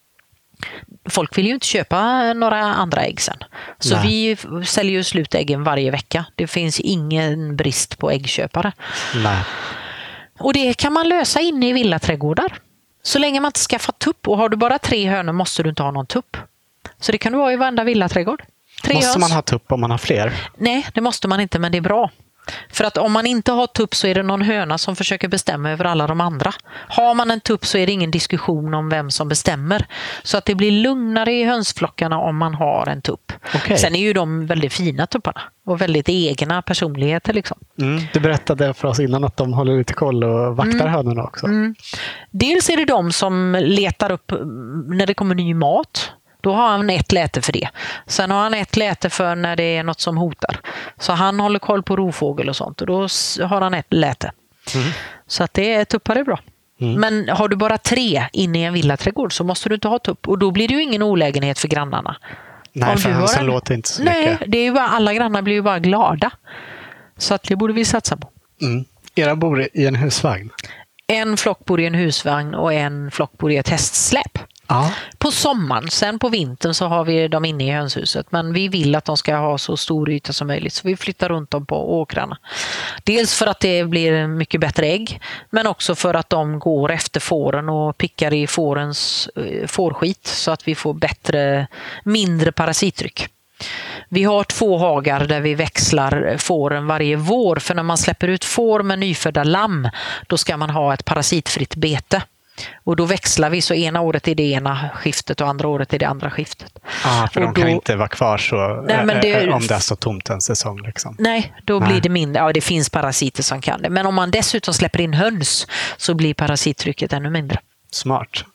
Folk vill ju inte köpa några andra ägg sen. Så vi säljer ju slut äggen varje vecka. Det finns ingen brist på äggköpare. Nej. Och det kan man lösa inne i villaträdgårdar. Så länge man inte skaffar tupp, och har du bara 3 hönor måste du inte ha någon tupp. Så det kan du ha i varenda villaträdgård. Måste man ha tupp om man har fler? Nej, det måste man inte, men det är bra. För att om man inte har tupp så är det någon höna som försöker bestämma över alla de andra. Har man en tupp så är det ingen diskussion om vem som bestämmer. Så att det blir lugnare i hönsflockarna om man har en tupp. Okay. Sen är ju de väldigt fina tupparna och väldigt egna personligheter liksom. Du berättade för oss innan att de håller lite koll och vaktar hönorna också. Dels är det de som letar upp när det kommer ny mat. Då har han ett läte för det. Sen har han ett läte för när det är något som hotar. Så han håller koll på rovfågel och sånt. Och då har han ett läte. Så att det tuppar är bra. Men har du bara 3 inne i en villaträdgård så måste du inte ha tupp. Och då blir det ju ingen olägenhet för grannarna. Nej, för hönsen låter inte så mycket. Nej, det är ju bara, alla grannar blir ju bara glada. Så att det borde vi satsa på. Era bor i en husvagn? En flock bor i en husvagn och en flock bor i ett hästsläp. På sommaren, sen på vintern så har vi dem inne i hönshuset, men vi vill att de ska ha så stor yta som möjligt så vi flyttar runt dem på åkrarna. Dels för att det blir mycket bättre ägg, men också för att de går efter fåren och pickar i fårens fårskit så att vi får mindre parasittryck. Vi har 2 hagar där vi växlar fåren varje vår, för när man släpper ut får med nyfödda lamm då ska man ha ett parasitfritt bete. Och då växlar vi, så ena året är det ena skiftet och andra året är det andra skiftet. För de kan inte vara kvar så om det är så tomt en säsong. Liksom. Nej, då blir det mindre. Ja, det finns parasiter som kan det. Men om man dessutom släpper in höns så blir parasittrycket ännu mindre. Smart.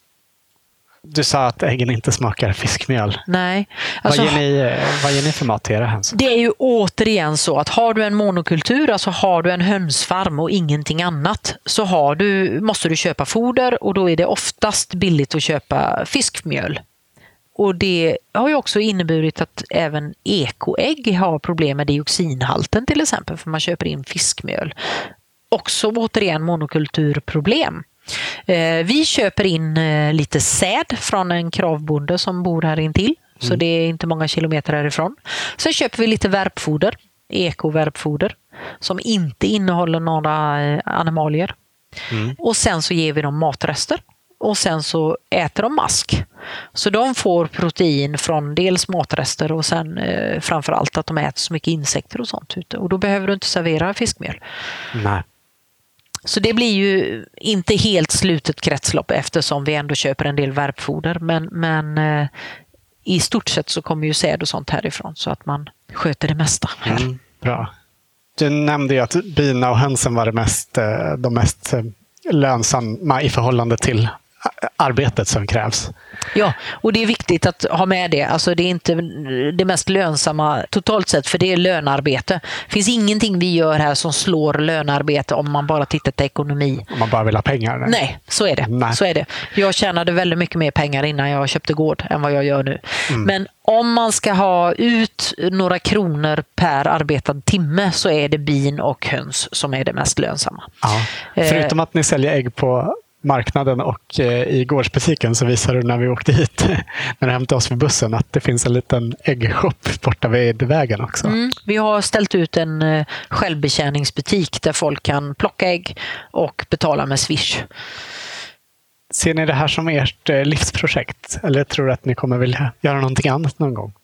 Du sa att äggen inte smakar fiskmjöl. Nej. Alltså, vad ger ni för mat till era höns? Det är ju återigen så att har du en monokultur, alltså har du en hönsfarm och ingenting annat, så måste du köpa foder och då är det oftast billigt att köpa fiskmjöl. Och det har ju också inneburit att även ekoägg har problem med dioxinhalten till exempel, för man köper in fiskmjöl. Också återigen monokulturproblem. Vi köper in lite säd från en kravbonde som bor här intill. Så det är inte många kilometer härifrån. Sen köper vi lite värpfoder, ekovärpfoder, som inte innehåller några animalier. Och sen så ger vi dem matrester. Och sen så äter de mask. Så de får protein från dels matrester och sen framförallt att de äter så mycket insekter och sånt ute. Och då behöver du inte servera fiskmjöl. Nej. Så det blir ju inte helt slutet kretslopp eftersom vi ändå köper en del värpfoder. Men i stort sett så kommer ju säd och sånt härifrån så att man sköter det mesta här. Bra. Du nämnde ju att bina och hönsen var de mest lönsamma i förhållande till arbetet som krävs. Ja, och det är viktigt att ha med det. Alltså det är inte det mest lönsamma totalt sett, för det är lönearbete. Det finns ingenting vi gör här som slår lönearbete om man bara tittar till ekonomi. Om man bara vill ha pengar? Nej, så är det. Nej. Så är det. Jag tjänade väldigt mycket mer pengar innan jag köpte gård än vad jag gör nu. Men om man ska ha ut några kronor per arbetad timme så är det bin och höns som är det mest lönsamma. Ja. Förutom att ni säljer ägg på marknaden och i gårdsbutiken så visar du när vi åkte hit, när du hämtade oss vid bussen, att det finns en liten äggshop borta vid vägen också. Vi har ställt ut en självbetjäningsbutik där folk kan plocka ägg och betala med Swish. Ser ni det här som ert livsprojekt? Eller tror du att ni kommer vilja göra någonting annat någon gång?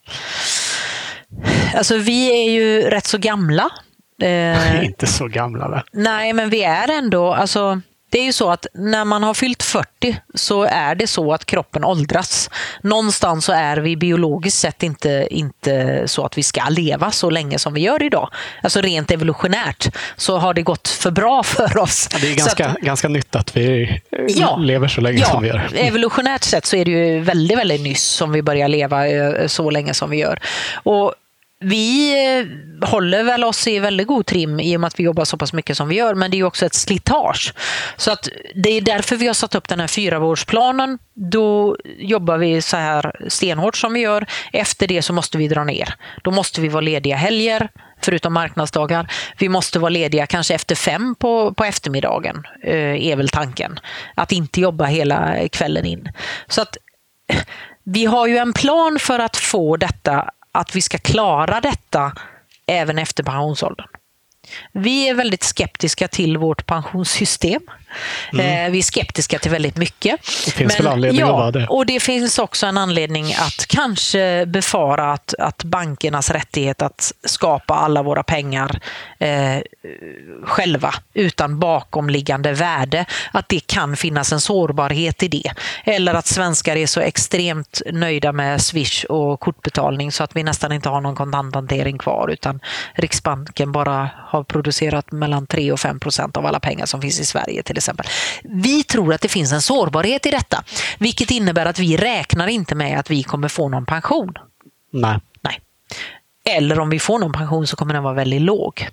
Alltså vi är ju rätt så gamla. Inte så gamla va? Nej, men vi är ändå, alltså Det är ju så att när man har fyllt 40 så är det så att kroppen åldras. Någonstans så är vi biologiskt sett inte så att vi ska leva så länge som vi gör idag. Alltså rent evolutionärt så har det gått för bra för oss. Ja, det är ganska nytt att vi lever så länge som vi gör. Evolutionärt sett så är det ju väldigt, väldigt nyss som vi börjar leva så länge som vi gör. Och vi håller väl oss i väldigt god trim i och med att vi jobbar så pass mycket som vi gör, men det är ju också ett slitage. Så att det är därför vi har satt upp den här 4-årsplanen. Då jobbar vi så här stenhårt som vi gör. Efter det så måste vi dra ner. Då måste vi vara lediga helger, förutom marknadsdagar. Vi måste vara lediga kanske efter 5 på eftermiddagen, är väl tanken. Att inte jobba hela kvällen in. Så att vi har ju en plan för att få detta, att vi ska klara detta även efter pensionsåldern. Vi är väldigt skeptiska till vårt pensionssystem. Vi är skeptiska till väldigt mycket. Det finns väl anledning att vara det. Och det finns också en anledning att kanske befara att bankernas rättighet att skapa alla våra pengar själva utan bakomliggande värde, att det kan finnas en sårbarhet i det. Eller att svenskar är så extremt nöjda med Swish och kortbetalning så att vi nästan inte har någon kontanthantering kvar, utan Riksbanken bara har producerat mellan 3-5% av alla pengar som finns i Sverige till exempel. Vi tror att det finns en sårbarhet i detta, vilket innebär att vi räknar inte med att vi kommer få någon pension. Nej. Eller om vi får någon pension så kommer den vara väldigt låg.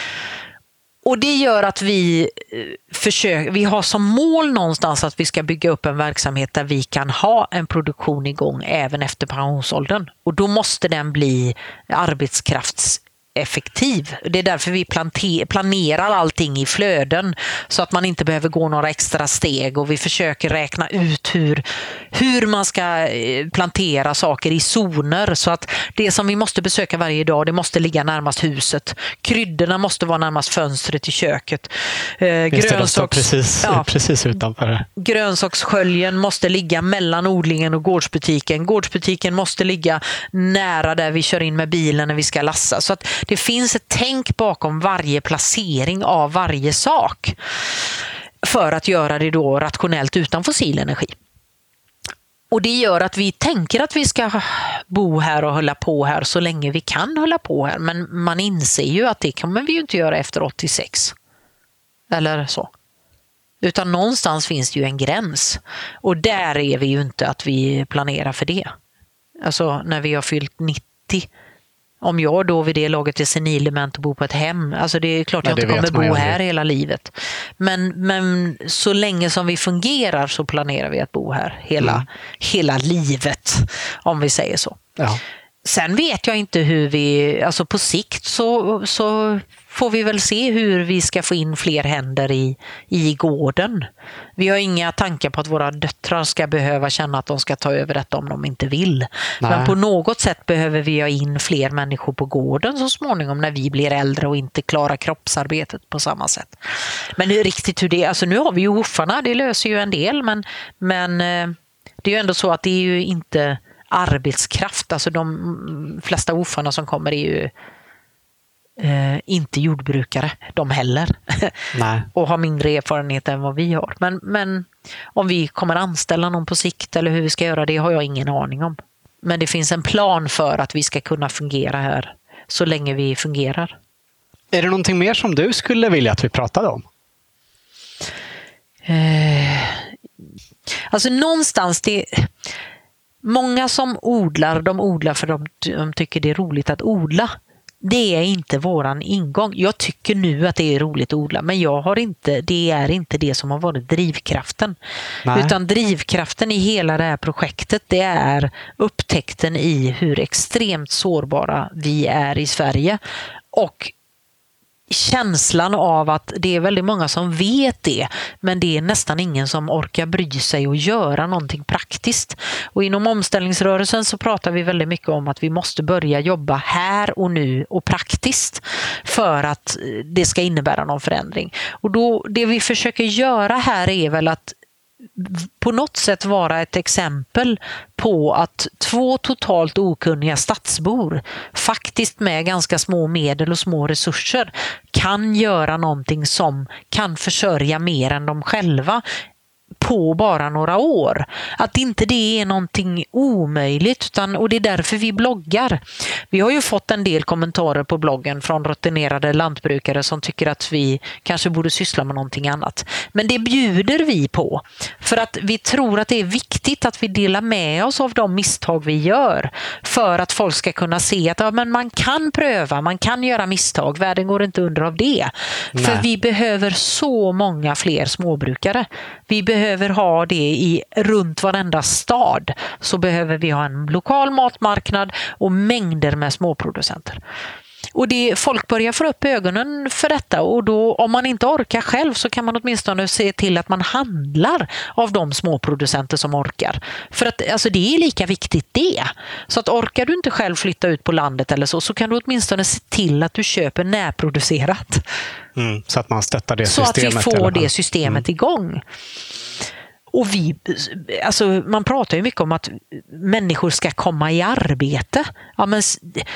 Och det gör att vi har som mål någonstans att vi ska bygga upp en verksamhet där vi kan ha en produktion igång även efter pensionsåldern. Och då måste den bli arbetskraftseffektiv. Det är därför vi planerar allting i flöden så att man inte behöver gå några extra steg, och vi försöker räkna ut hur man ska plantera saker i zoner så att det som vi måste besöka varje dag, det måste ligga närmast huset. Kryddorna måste vara närmast fönstret i köket. Precis utanför. Grönsakssköljen måste ligga mellan odlingen och gårdsbutiken. Gårdsbutiken måste ligga nära där vi kör in med bilen när vi ska lassa. Så att det finns ett tänk bakom varje placering av varje sak för att göra det då rationellt utan fossil energi. Och det gör att vi tänker att vi ska bo här och hålla på här så länge vi kan hålla på här. Men man inser ju att det kommer vi ju inte göra efter 86. Eller så. Utan någonstans finns det ju en gräns. Och där är vi ju inte att vi planerar för det. Alltså när vi har fyllt 90. Om jag då vid det laget är senildement och bor på ett hem. Alltså det är klart jag inte kommer bo här hela livet. Men så länge som vi fungerar så planerar vi att bo här hela livet. Om vi säger så. Ja. Sen vet jag inte hur vi, alltså på sikt så får vi väl se hur vi ska få in fler händer i gården. Vi har inga tankar på att våra döttrar ska behöva känna att de ska ta över detta om de inte vill. Nej. Men på något sätt behöver vi ha in fler människor på gården så småningom när vi blir äldre och inte klarar kroppsarbetet på samma sätt. Men riktigt hur det är, alltså nu har vi ju woofarna, det löser ju en del, men det är ju ändå så att det är ju inte arbetskraft, alltså de flesta woofarna som kommer är ju inte jordbrukare, de heller. Nej. Och har mindre erfarenhet än vad vi har. Men om vi kommer anställa någon på sikt eller hur vi ska göra det har jag ingen aning om. Men det finns en plan för att vi ska kunna fungera här så länge vi fungerar. Är det någonting mer som du skulle vilja att vi pratade om? Alltså någonstans många som odlar, de odlar för de tycker det är roligt att odla. Det är inte våran ingång. Jag tycker nu att det är roligt att odla, men det är inte det som har varit drivkraften. Nej. Utan drivkraften i hela det här projektet, det är upptäckten i hur extremt sårbara vi är i Sverige. Och känslan av att det är väldigt många som vet det, men det är nästan ingen som orkar bry sig och göra någonting praktiskt. Och inom omställningsrörelsen så pratar vi väldigt mycket om att vi måste börja jobba här och nu och praktiskt för att det ska innebära någon förändring. Och då, det vi försöker göra här är väl att på något sätt vara ett exempel på att 2 totalt okunniga stadsbor faktiskt med ganska små medel och små resurser kan göra någonting som kan försörja mer än de själva på bara några år. Att inte det är någonting omöjligt, och det är därför vi bloggar. Vi har ju fått en del kommentarer på bloggen från rutinerade lantbrukare som tycker att vi kanske borde syssla med någonting annat. Men det bjuder vi på, för att vi tror att det är viktigt att vi delar med oss av de misstag vi gör, för att folk ska kunna se att men man kan pröva, man kan göra misstag, världen går inte under av det. Nej. För vi behöver så många fler småbrukare. Vi behöver ha det runt varenda stad, så behöver vi ha en lokal matmarknad och mängder med småproducenter. Och folk börjar få upp ögonen för detta, och då, om man inte orkar själv, så kan man åtminstone se till att man handlar av de småproducenter som orkar. För att alltså, det är lika viktigt det. Så att orkar du inte själv flytta ut på landet eller så kan du åtminstone se till att du köper närproducerat. Så att man stöttar det systemet. Så att vi får det systemet igång. Och man pratar ju mycket om att människor ska komma i arbete. Ja, men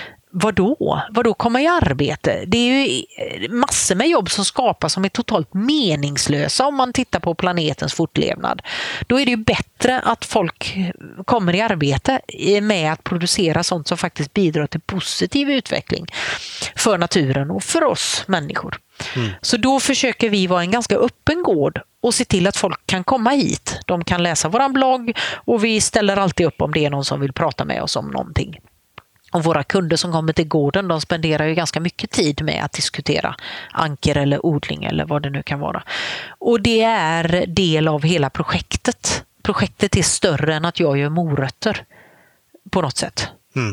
vadå komma i arbete? Det är ju massor med jobb som skapas som är totalt meningslösa om man tittar på planetens fortlevnad. Då är det ju bättre att folk kommer i arbete med att producera sånt som faktiskt bidrar till positiv utveckling för naturen och för oss människor. Så då försöker vi vara en ganska öppen gård och se till att folk kan komma hit. De kan läsa våran blogg, och vi ställer alltid upp om det är någon som vill prata med oss om någonting. Och våra kunder som kommer till gården, de spenderar ju ganska mycket tid med att diskutera anker eller odling eller vad det nu kan vara. Och det är del av hela projektet. Projektet är större än att jag gör morötter på något sätt.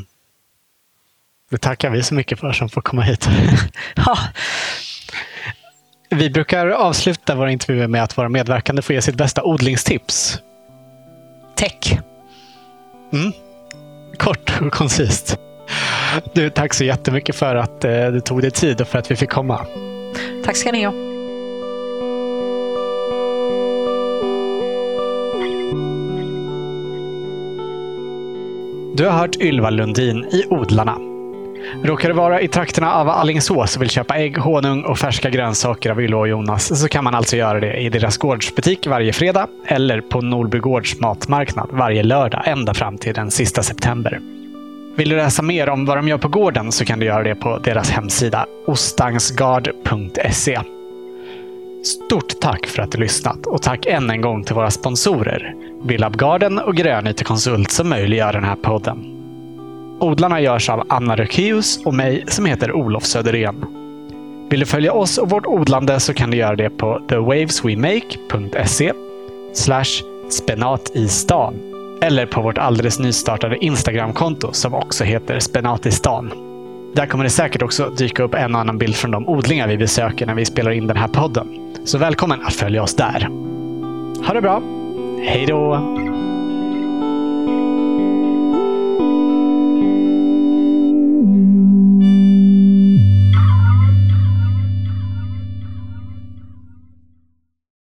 Det tackar vi så mycket för som får komma hit. Ja. Vi brukar avsluta våra intervjuer med att våra medverkande får ge sitt bästa odlingstips. Tech. Kort och koncist. Du, tack så jättemycket för att du tog dig tid och för att vi fick komma. Tack ska ni ha. Du har hört Ylva Lundin i Odlarna. Råkar du vara i trakterna av Alingsås och vill köpa ägg, honung och färska grönsaker av Ylva och Jonas, så kan man alltså göra det i deras gårdsbutik varje fredag eller på Norrby-gårds matmarknad varje lördag ända fram till den sista september. Vill du läsa mer om vad de gör på gården, så kan du göra det på deras hemsida ostangsgard.se. Stort tack för att du lyssnat, och tack än en gång till våra sponsorer Billab Garden och Grönyte Konsult som möjliggör den här podden. Odlarna görs av Anna Rökeus och mig som heter Olof Söderén. Vill du följa oss och vårt odlande, så kan du göra det på thewaveswemake.se/spenatistan eller på vårt alldeles nystartade Instagramkonto som också heter Spenatistan. Där kommer det säkert också dyka upp en och annan bild från de odlingar vi besöker när vi spelar in den här podden. Så välkommen att följa oss där. Ha det bra! Hej då!